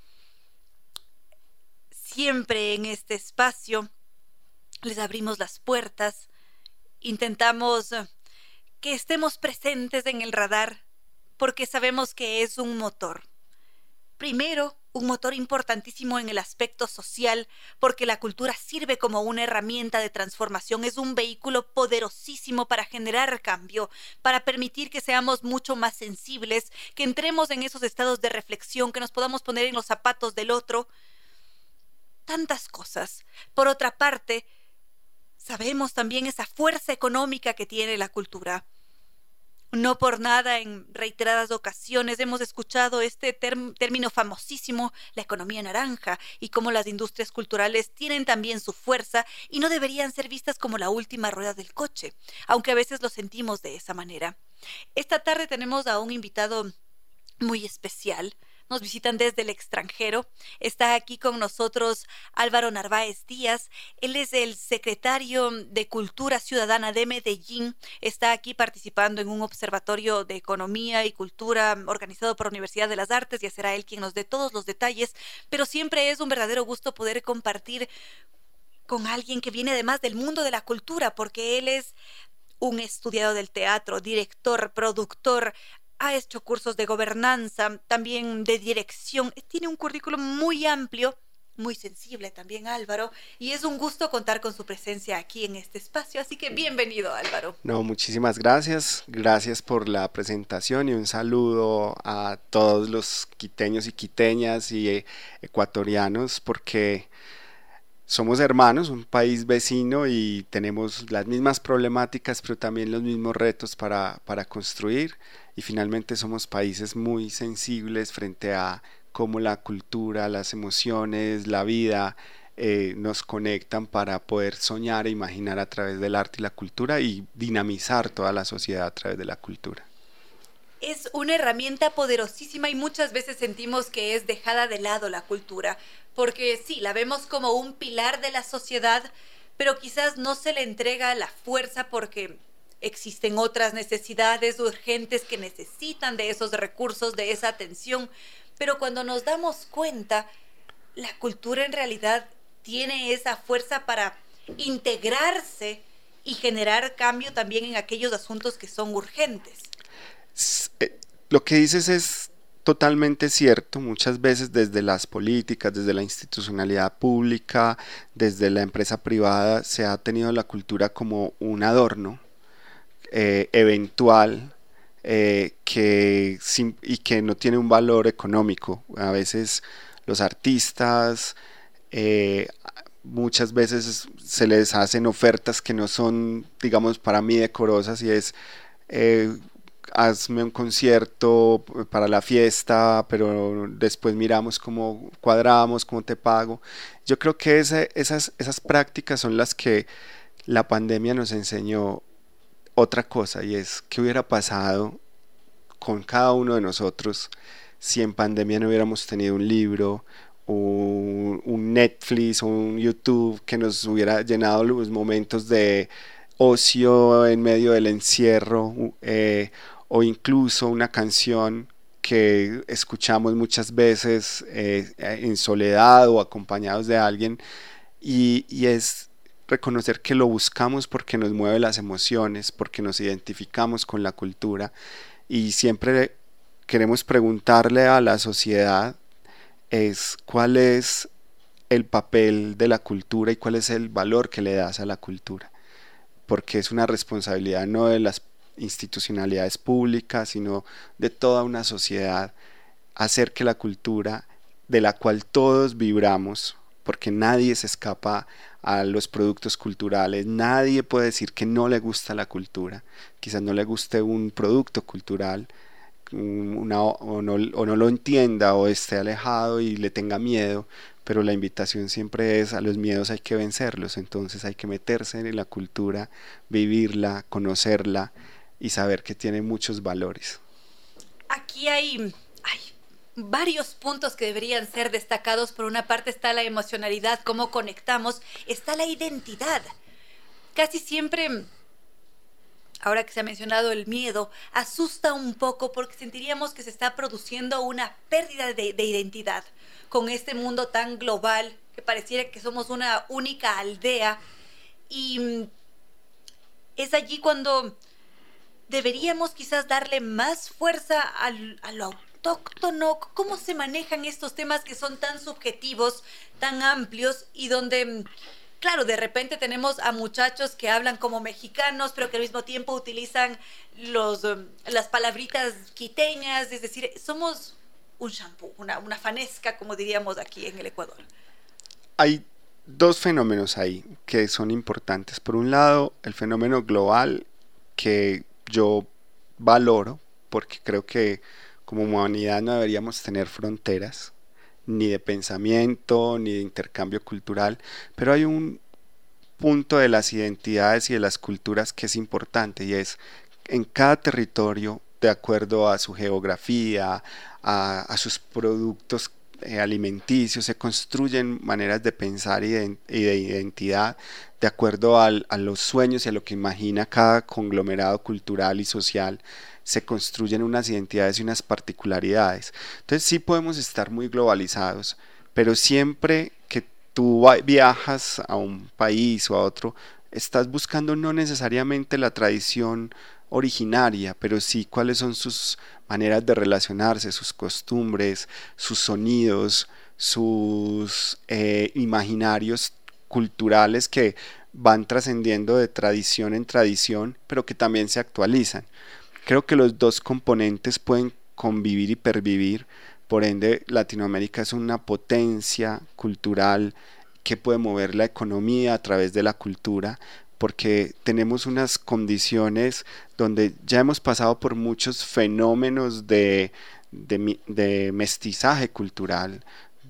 Siempre en este espacio les abrimos las puertas, intentamos que estemos presentes en el radar porque sabemos que es un motor. Primero, un motor importantísimo en el aspecto social, porque la cultura sirve como una herramienta de transformación, es un vehículo poderosísimo para generar cambio, para permitir que seamos mucho más sensibles, que entremos en esos estados de reflexión, que nos podamos poner en los zapatos del otro. Tantas cosas. Por otra parte, sabemos también esa fuerza económica que tiene la cultura. No por nada en reiteradas ocasiones hemos escuchado este term- término famosísimo, la economía naranja, y cómo las industrias culturales tienen también su fuerza y no deberían ser vistas como la última rueda del coche, aunque a veces lo sentimos de esa manera. Esta tarde tenemos a un invitado muy especial. Nos visitan desde el extranjero. Está aquí con nosotros Álvaro Narváez Díaz. Él es el secretario de Cultura Ciudadana de Medellín. Está aquí participando en un observatorio de economía y cultura organizado por la Universidad de las Artes. Ya será él quien nos dé todos los detalles. Pero siempre es un verdadero gusto poder compartir con alguien que viene además del mundo de la cultura, porque él es un estudiado del teatro, director, productor, ha hecho cursos de gobernanza, también de dirección. Tiene un currículum muy amplio, muy sensible también, Álvaro, y es un gusto contar con su presencia aquí en este espacio, así que bienvenido, Álvaro. No, muchísimas gracias, gracias por la presentación y un saludo a todos los quiteños y quiteñas y ecuatorianos, porque somos hermanos, un país vecino y tenemos las mismas problemáticas, pero también los mismos retos para, para construir. Y finalmente somos países muy sensibles frente a cómo la cultura, las emociones, la vida eh, nos conectan para poder soñar e imaginar a través del arte y la cultura y dinamizar toda la sociedad a través de la cultura. Es una herramienta poderosísima y muchas veces sentimos que es dejada de lado la cultura, porque sí, la vemos como un pilar de la sociedad, pero quizás no se le entrega la fuerza porque existen otras necesidades urgentes que necesitan de esos recursos, de esa atención, pero cuando nos damos cuenta, la cultura en realidad tiene esa fuerza para integrarse y generar cambio también en aquellos asuntos que son urgentes. Lo que dices es totalmente cierto. Muchas veces desde las políticas, desde la institucionalidad pública, desde la empresa privada, se ha tenido la cultura como un adorno Eh, eventual eh, que, sin, y que no tiene un valor económico. A veces los artistas eh, muchas veces se les hacen ofertas que no son, digamos, para mí decorosas, y es eh, hazme un concierto para la fiesta, pero después miramos cómo cuadramos, cómo te pago. Yo creo que ese, esas, esas prácticas son las que la pandemia nos enseñó otra cosa, y es qué hubiera pasado con cada uno de nosotros si en pandemia no hubiéramos tenido un libro, un, un Netflix o un YouTube que nos hubiera llenado los momentos de ocio en medio del encierro, eh, o incluso una canción que escuchamos muchas veces eh, en soledad o acompañados de alguien, y, y es reconocer que lo buscamos porque nos mueve las emociones, porque nos identificamos con la cultura, y siempre queremos preguntarle a la sociedad es cuál es el papel de la cultura y cuál es el valor que le das a la cultura, porque es una responsabilidad no de las institucionalidades públicas, sino de toda una sociedad, hacer que la cultura, de la cual todos vibramos, porque nadie se escapa a los productos culturales, nadie puede decir que no le gusta la cultura, quizás no le guste un producto cultural, una, o, no, o no lo entienda o esté alejado y le tenga miedo, pero la invitación siempre es: a los miedos hay que vencerlos, entonces hay que meterse en la cultura, vivirla, conocerla y saber que tiene muchos valores. Aquí hay, hay varios puntos que deberían ser destacados. Por una parte está la emocionalidad, cómo conectamos, está la identidad. Casi siempre, ahora que se ha mencionado el miedo, asusta un poco porque sentiríamos que se está produciendo una pérdida de, de identidad con este mundo tan global que pareciera que somos una única aldea, y es allí cuando deberíamos quizás darle más fuerza al, a lo autóctono. ¿Cómo se manejan estos temas que son tan subjetivos, tan amplios, y donde, claro, de repente tenemos a muchachos que hablan como mexicanos, pero que al mismo tiempo utilizan los, las palabritas quiteñas? Es decir, somos un shampoo, una, una fanesca, como diríamos aquí en el Ecuador. Hay dos fenómenos ahí que son importantes. Por un lado, el fenómeno global, que yo valoro, porque creo que como humanidad no deberíamos tener fronteras, ni de pensamiento, ni de intercambio cultural, pero hay un punto de las identidades y de las culturas que es importante, y es: en cada territorio de acuerdo a su geografía, a, a sus productos eh, alimenticios, se construyen maneras de pensar y de, y de identidad de acuerdo al, a los sueños y a lo que imagina cada conglomerado cultural y social. Se construyen unas identidades y unas particularidades. Entonces sí podemos estar muy globalizados, pero siempre que tú viajas a un país o a otro, estás buscando no necesariamente la tradición originaria, pero sí cuáles son sus maneras de relacionarse, sus costumbres, sus sonidos, sus eh, imaginarios culturales que van trascendiendo de tradición en tradición, pero que también se actualizan. Creo que los dos componentes pueden convivir y pervivir, por ende Latinoamérica es una potencia cultural que puede mover la economía a través de la cultura, porque tenemos unas condiciones donde ya hemos pasado por muchos fenómenos de, de, de mestizaje cultural,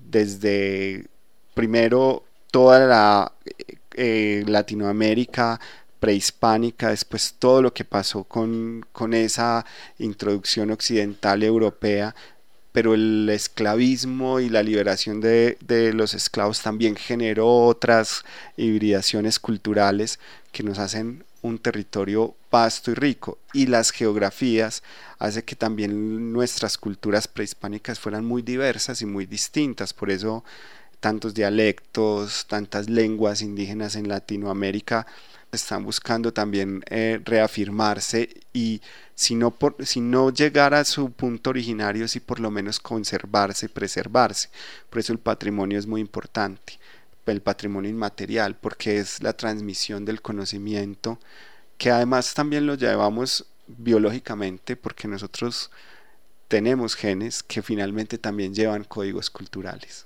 desde primero toda la eh, Latinoamérica prehispánica, después todo lo que pasó con, con esa introducción occidental europea, pero el esclavismo y la liberación de, de los esclavos también generó otras hibridaciones culturales que nos hacen un territorio vasto y rico, y las geografías hace que también nuestras culturas prehispánicas fueran muy diversas y muy distintas. Por eso tantos dialectos, tantas lenguas indígenas en Latinoamérica están buscando también eh, reafirmarse, y si no, por, si no llegar a su punto originario, sí por lo menos conservarse y preservarse. Por eso el patrimonio es muy importante, el patrimonio inmaterial, porque es la transmisión del conocimiento, que además también lo llevamos biológicamente, porque nosotros tenemos genes que finalmente también llevan códigos culturales.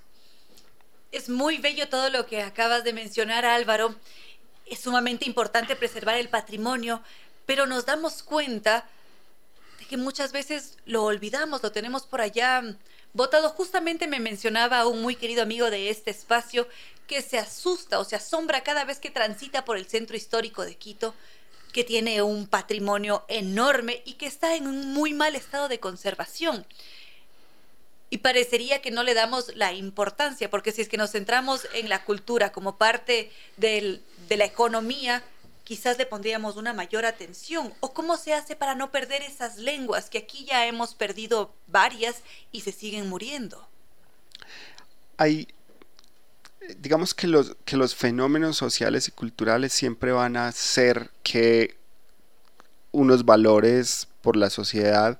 Es muy bello todo lo que acabas de mencionar, Álvaro. Es sumamente importante preservar el patrimonio, pero nos damos cuenta de que muchas veces lo olvidamos, lo tenemos por allá botado. Justamente me mencionaba un muy querido amigo de este espacio que se asusta o se asombra cada vez que transita por el centro histórico de Quito, que tiene un patrimonio enorme y que está en un muy mal estado de conservación. Y parecería que no le damos la importancia, porque si es que nos centramos en la cultura como parte del, de la economía, quizás le pondríamos una mayor atención. ¿O cómo se hace para no perder esas lenguas, que aquí ya hemos perdido varias y se siguen muriendo? Hay, digamos que los, que los fenómenos sociales y culturales siempre van a hacer que unos valores por la sociedad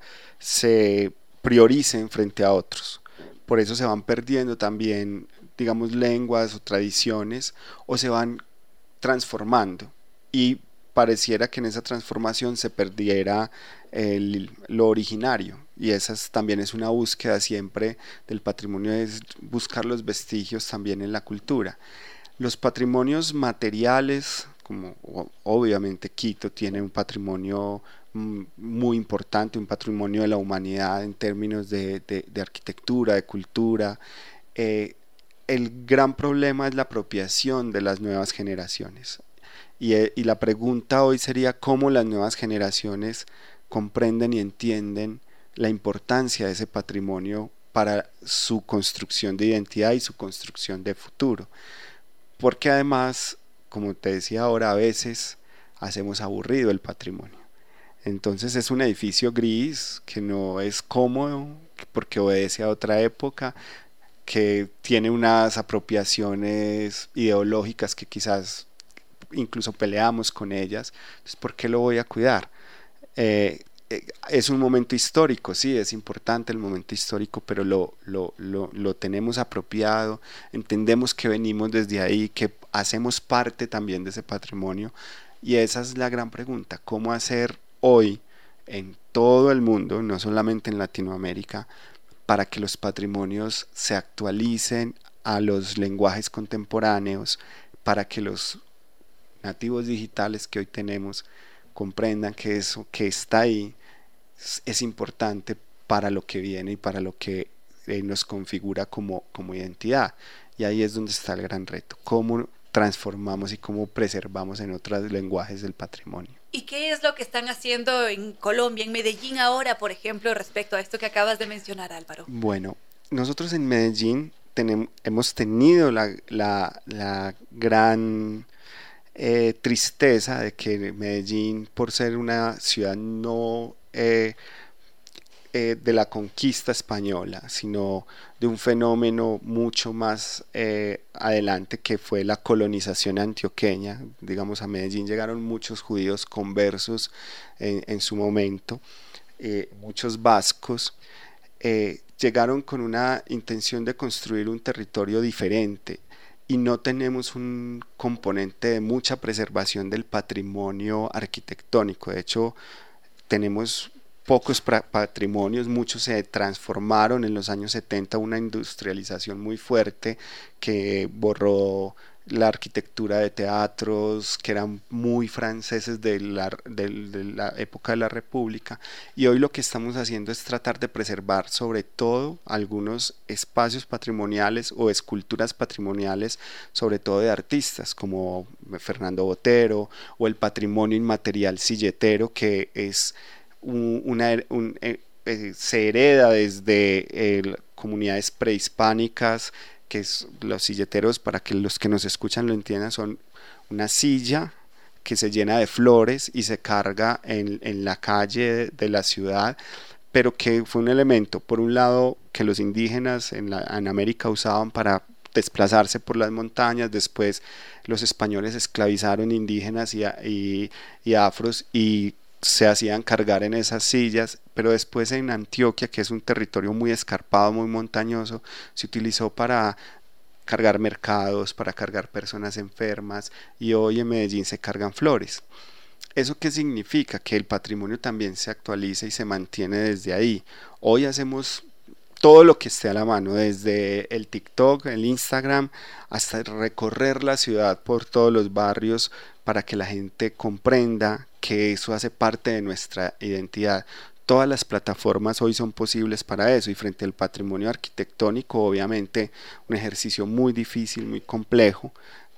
se prioricen frente a otros. Por eso se van perdiendo también, digamos, lenguas o tradiciones, o se van transformando, y pareciera que en esa transformación se perdiera el, lo originario, y esa es, también es una búsqueda siempre del patrimonio, es buscar los vestigios también en la cultura. Los patrimonios materiales, como obviamente Quito tiene un patrimonio muy importante, un patrimonio de la humanidad en términos de, de, de arquitectura, de cultura. Eh, el gran problema es la apropiación de las nuevas generaciones, y, eh, y la pregunta hoy sería cómo las nuevas generaciones comprenden y entienden la importancia de ese patrimonio para su construcción de identidad y su construcción de futuro, porque además, como te decía ahora, a veces hacemos aburrido el patrimonio. Entonces es un edificio gris que no es cómodo porque obedece a otra época, que tiene unas apropiaciones ideológicas que quizás incluso peleamos con ellas. Entonces, ¿por qué lo voy a cuidar? Eh, eh, es un momento histórico, sí, es importante el momento histórico, pero lo, lo, lo, lo tenemos apropiado, entendemos que venimos desde ahí, que hacemos parte también de ese patrimonio, y esa es la gran pregunta: ¿cómo hacer hoy en todo el mundo, no solamente en Latinoamérica, para que los patrimonios se actualicen a los lenguajes contemporáneos, para que los nativos digitales que hoy tenemos comprendan que eso que está ahí es, es importante para lo que viene y para lo que eh, nos configura como, como identidad? Y ahí es donde está el gran reto: cómo transformamos y cómo preservamos en otros lenguajes del patrimonio. ¿Y qué es lo que están haciendo en Colombia, en Medellín ahora, por ejemplo, respecto a esto que acabas de mencionar, Álvaro? Bueno, nosotros en Medellín tenemos, hemos tenido la, la, la gran eh, tristeza de que Medellín, por ser una ciudad no eh, eh, de la conquista española, sino de un fenómeno mucho más eh, adelante, que fue la colonización antioqueña. Digamos, a Medellín llegaron muchos judíos conversos en, en su momento, eh, muchos vascos, eh, llegaron con una intención de construir un territorio diferente, y no tenemos un componente de mucha preservación del patrimonio arquitectónico. De hecho, tenemos pocos patrimonios, muchos se transformaron en los años setenta, una industrialización muy fuerte que borró la arquitectura de teatros que eran muy franceses de la, de, de la época de la República, y hoy lo que estamos haciendo es tratar de preservar sobre todo algunos espacios patrimoniales o esculturas patrimoniales, sobre todo de artistas como Fernando Botero, o el patrimonio inmaterial silletero, que es un, una, un, eh, eh, se hereda desde eh, comunidades prehispánicas, que es, los silleteros, para que los que nos escuchan lo entiendan, son una silla que se llena de flores y se carga en, en la calle de, de la ciudad, pero que fue un elemento, por un lado, que los indígenas en, la, en América usaban para desplazarse por las montañas. Después los españoles esclavizaron indígenas y, y, y afros, y se hacían cargar en esas sillas, pero después en Antioquia, que es un territorio muy escarpado, muy montañoso, se utilizó para cargar mercados, para cargar personas enfermas, y hoy en Medellín se cargan flores. ¿Eso qué significa? Que el patrimonio también se actualiza y se mantiene desde ahí. Hoy hacemos todo lo que esté a la mano, desde el TikTok, el Instagram, hasta recorrer la ciudad por todos los barrios, para que la gente comprenda que eso hace parte de nuestra identidad. Todas las plataformas hoy son posibles para eso, y frente al patrimonio arquitectónico, obviamente un ejercicio muy difícil, muy complejo,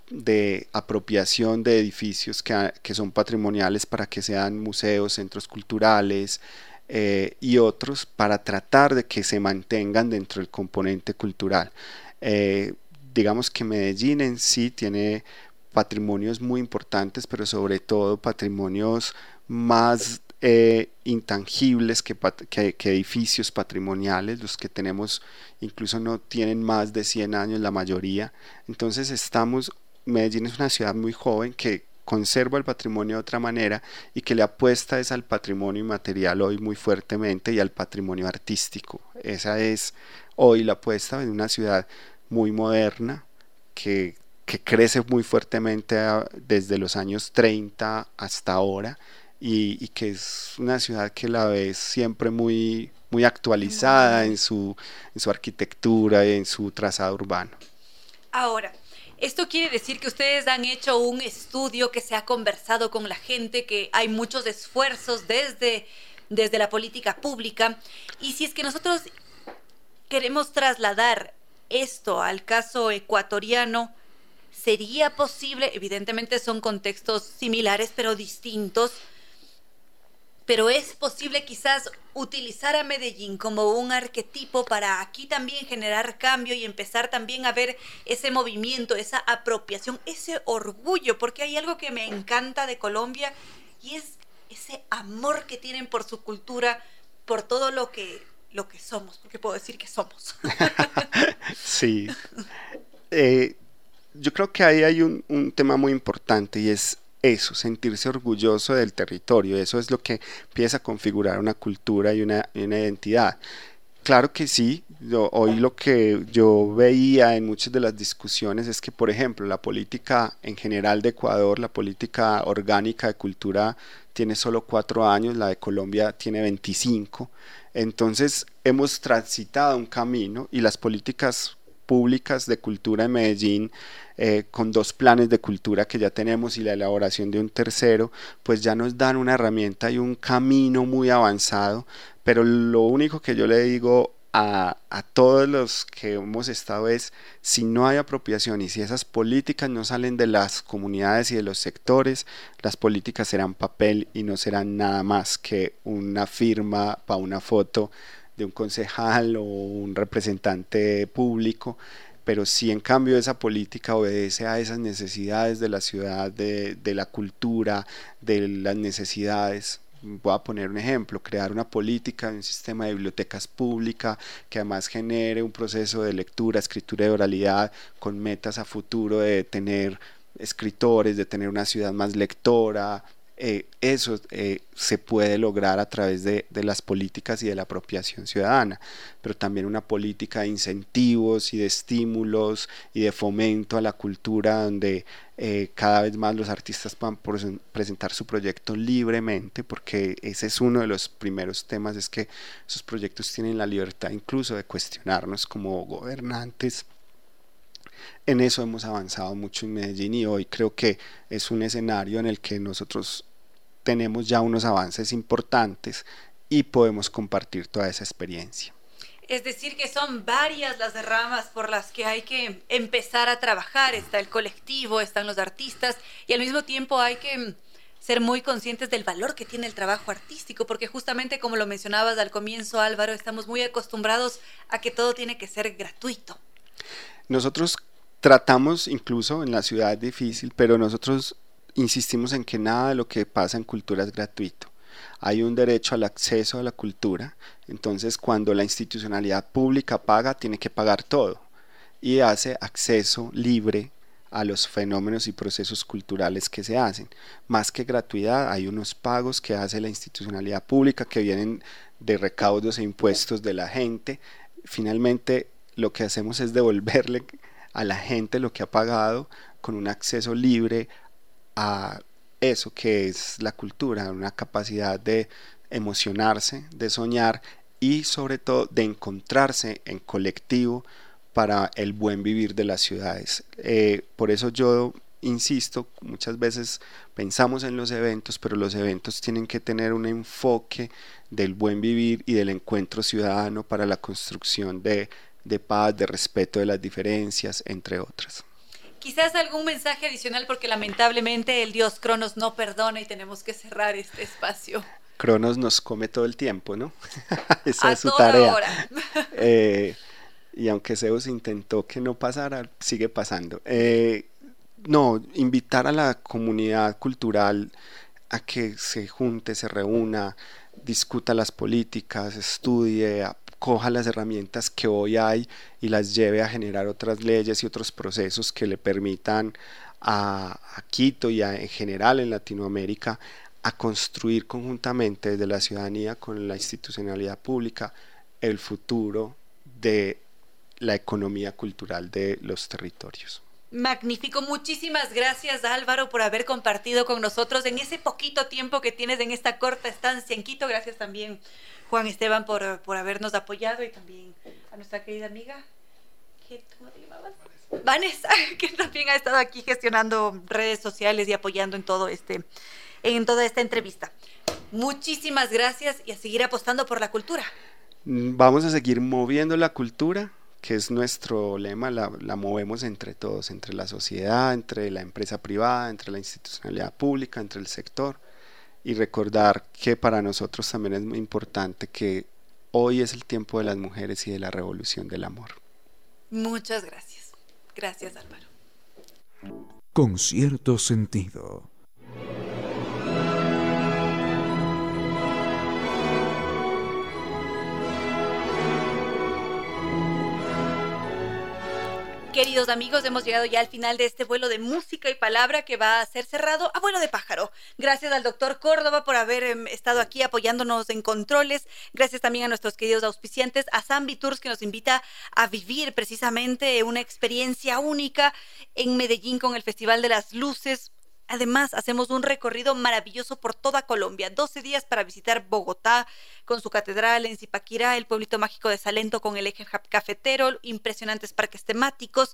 de apropiación de edificios que, que son patrimoniales para que sean museos, centros culturales eh, y otros, para tratar de que se mantengan dentro del componente cultural. Eh, digamos que Medellín en sí tiene patrimonios muy importantes, pero sobre todo patrimonios más eh, intangibles que, que, que edificios patrimoniales. Los que tenemos incluso no tienen más de cien años la mayoría. Entonces estamos, Medellín es una ciudad muy joven que conserva el patrimonio de otra manera, y que le apuesta es al patrimonio inmaterial hoy muy fuertemente, y al patrimonio artístico. Esa es hoy la apuesta de una ciudad muy moderna, que que crece muy fuertemente desde los años treinta hasta ahora, y, y que es una ciudad que la ves siempre muy, muy actualizada en su, en su arquitectura y en su trazado urbano. Ahora, esto quiere decir que ustedes han hecho un estudio, que se ha conversado con la gente, que hay muchos esfuerzos desde, desde la política pública, y si es que nosotros queremos trasladar esto al caso ecuatoriano, ¿sería posible? Evidentemente son contextos similares pero distintos, pero es posible quizás utilizar a Medellín como un arquetipo para aquí también generar cambio y empezar también a ver ese movimiento, esa apropiación, ese orgullo, porque hay algo que me encanta de Colombia, y es ese amor que tienen por su cultura, por todo lo que, lo que somos, porque puedo decir que somos. Sí. Eh, Yo creo que ahí hay un, un tema muy importante, y es eso, sentirse orgulloso del territorio. Eso es lo que empieza a configurar una cultura y una, y una identidad. Claro que sí, yo, hoy lo que yo veía en muchas de las discusiones es que, por ejemplo, la política en general de Ecuador, la política orgánica de cultura, tiene solo cuatro años, la de Colombia tiene veinticinco. Entonces hemos transitado un camino, y las políticas públicas de cultura en Medellín, eh, con dos planes de cultura que ya tenemos y la elaboración de un tercero, pues ya nos dan una herramienta y un camino muy avanzado. Pero lo único que yo le digo a, a todos los que hemos estado es, si no hay apropiación y si esas políticas no salen de las comunidades y de los sectores, las políticas serán papel y no serán nada más que una firma para una foto de un concejal o un representante público. Pero si en cambio esa política obedece a esas necesidades de la ciudad, de, de la cultura, de las necesidades. Voy a poner un ejemplo, crear una política de un sistema de bibliotecas públicas que además genere un proceso de lectura, escritura y oralidad con metas a futuro de tener escritores, de tener una ciudad más lectora. Eh, eso eh, se puede lograr a través de, de las políticas y de la apropiación ciudadana, pero también una política de incentivos y de estímulos y de fomento a la cultura, donde eh, cada vez más los artistas puedan presentar su proyecto libremente, porque ese es uno de los primeros temas, es que esos proyectos tienen la libertad incluso de cuestionarnos como gobernantes. En eso hemos avanzado mucho en Medellín y hoy creo que es un escenario en el que nosotros tenemos ya unos avances importantes y podemos compartir toda esa experiencia. Es decir, que son varias las ramas por las que hay que empezar a trabajar. Está el colectivo, están los artistas y al mismo tiempo hay que ser muy conscientes del valor que tiene el trabajo artístico, porque justamente como lo mencionabas al comienzo, Álvaro, estamos muy acostumbrados a que todo tiene que ser gratuito. Nosotros tratamos, incluso en la ciudad difícil, pero nosotros insistimos en que nada de lo que pasa en cultura es gratuito. Hay un derecho al acceso a la cultura, entonces cuando la institucionalidad pública paga, tiene que pagar todo y hace acceso libre a los fenómenos y procesos culturales que se hacen. Más que gratuidad, hay unos pagos que hace la institucionalidad pública que vienen de recaudos e impuestos de la gente. Finalmente, lo que hacemos es devolverle a la gente lo que ha pagado con un acceso libre a eso que es la cultura, una capacidad de emocionarse, de soñar y sobre todo de encontrarse en colectivo para el buen vivir de las ciudades. Eh, por eso yo insisto, muchas veces pensamos en los eventos, pero los eventos tienen que tener un enfoque del buen vivir y del encuentro ciudadano para la construcción de de paz, de respeto de las diferencias, entre otras. Quizás algún mensaje adicional, porque lamentablemente el dios Cronos no perdona y tenemos que cerrar este espacio. Cronos nos come todo el tiempo, ¿no? Esa A es su toda tarea. hora. Eh, y aunque Zeus intentó que no pasara, sigue pasando. Eh, no, invitar a la comunidad cultural a que se junte, se reúna, discuta las políticas, estudie, coja las herramientas que hoy hay y las lleve a generar otras leyes y otros procesos que le permitan a, a Quito y a, en general en Latinoamérica a construir conjuntamente desde la ciudadanía con la institucionalidad pública el futuro de la economía cultural de los territorios. Magnífico, muchísimas gracias, Álvaro, por haber compartido con nosotros en ese poquito tiempo que tienes en esta corta estancia en Quito. Gracias también, Juan Esteban, por, por habernos apoyado, y también a nuestra querida amiga, ¿qué, ¿cómo te llamabas? Vanessa, que también ha estado aquí gestionando redes sociales y apoyando en todo este, en toda esta entrevista. Muchísimas gracias y a seguir apostando por la cultura. Vamos a seguir moviendo la cultura, que es nuestro lema, la, la movemos entre todos, entre la sociedad, entre la empresa privada, entre la institucionalidad pública, entre el sector, y recordar que para nosotros también es muy importante que hoy es el tiempo de las mujeres y de la revolución del amor. Muchas gracias. Gracias, Álvaro. Con cierto sentido. Queridos amigos, hemos llegado ya al final de este vuelo de música y palabra que va a ser cerrado a vuelo de pájaro. Gracias al doctor Córdoba por haber eh, estado aquí apoyándonos en controles. Gracias también a nuestros queridos auspiciantes, a Zambi Tours, que nos invita a vivir precisamente una experiencia única en Medellín con el Festival de las Luces. Además, hacemos un recorrido maravilloso por toda Colombia, doce días para visitar Bogotá con su catedral, en Zipaquirá, el pueblito mágico de Salento con el eje cafetero, impresionantes parques temáticos,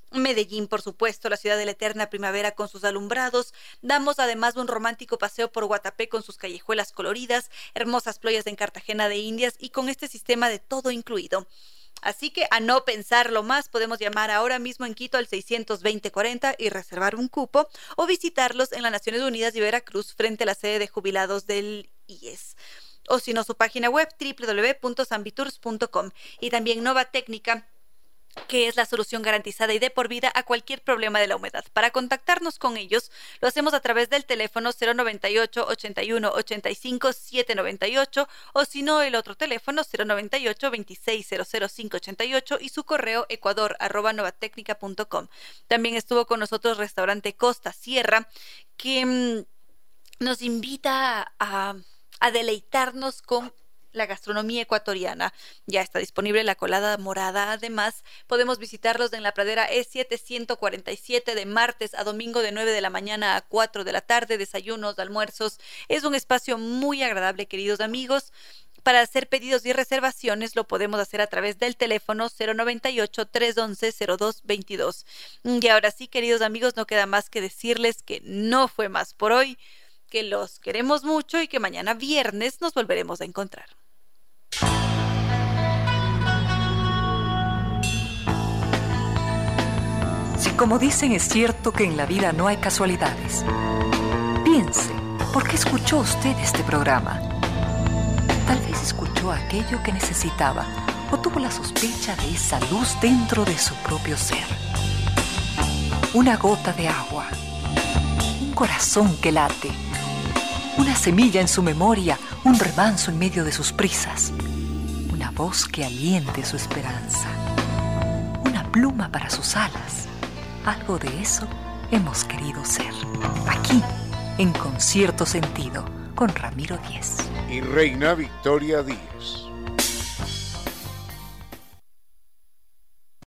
Medellín, por supuesto, la ciudad de la eterna primavera con sus alumbrados. Damos además un romántico paseo por Guatapé con sus callejuelas coloridas, hermosas playas en Cartagena de Indias y con este sistema de todo incluido. Así que a no pensarlo más, podemos llamar ahora mismo en Quito al seiscientos veinte cuarenta y reservar un cupo o visitarlos en las Naciones Unidas y Veracruz frente a la sede de jubilados del I E S. O si no, su página web doble u doble u doble u punto sambitours punto com y también Nova Técnica, que es la solución garantizada y de por vida a cualquier problema de la humedad. Para contactarnos con ellos, lo hacemos a través del teléfono cero noventa y ocho, ochenta y uno, ochenta y cinco, setecientos noventa y ocho o si no, el otro teléfono cero noventa y ocho, veintiséis, cero cero cinco, ochenta y ocho y su correo ecuador arroba novatecnica punto com. También estuvo con nosotros Restaurante Costa Sierra, que mmm, nos invita a, a deleitarnos con la gastronomía ecuatoriana. Ya está disponible la colada morada. Además, podemos visitarlos en la pradera E siete ciento cuarenta y siete de martes a domingo de nueve de la mañana a cuatro de la tarde, desayunos, almuerzos. Es un espacio muy agradable, queridos amigos. Para hacer pedidos y reservaciones lo podemos hacer a través del teléfono cero noventa y ocho, trescientos once, cero dos veintidós. Y ahora sí, queridos amigos, no queda más que decirles que no fue más por hoy, que los queremos mucho y que mañana viernes nos volveremos a encontrar. Si como dicen es cierto que en la vida no hay casualidades, piense, ¿por qué escuchó usted este programa? Tal vez escuchó aquello que necesitaba o tuvo la sospecha de esa luz dentro de su propio ser. Una gota de agua, un corazón que late, una semilla en su memoria, un remanso en medio de sus prisas, una voz que aliente su esperanza, una pluma para sus alas. Algo de eso hemos querido ser. Aquí, en Concierto Sentido, con Ramiro Díez y Reina Victoria Díez.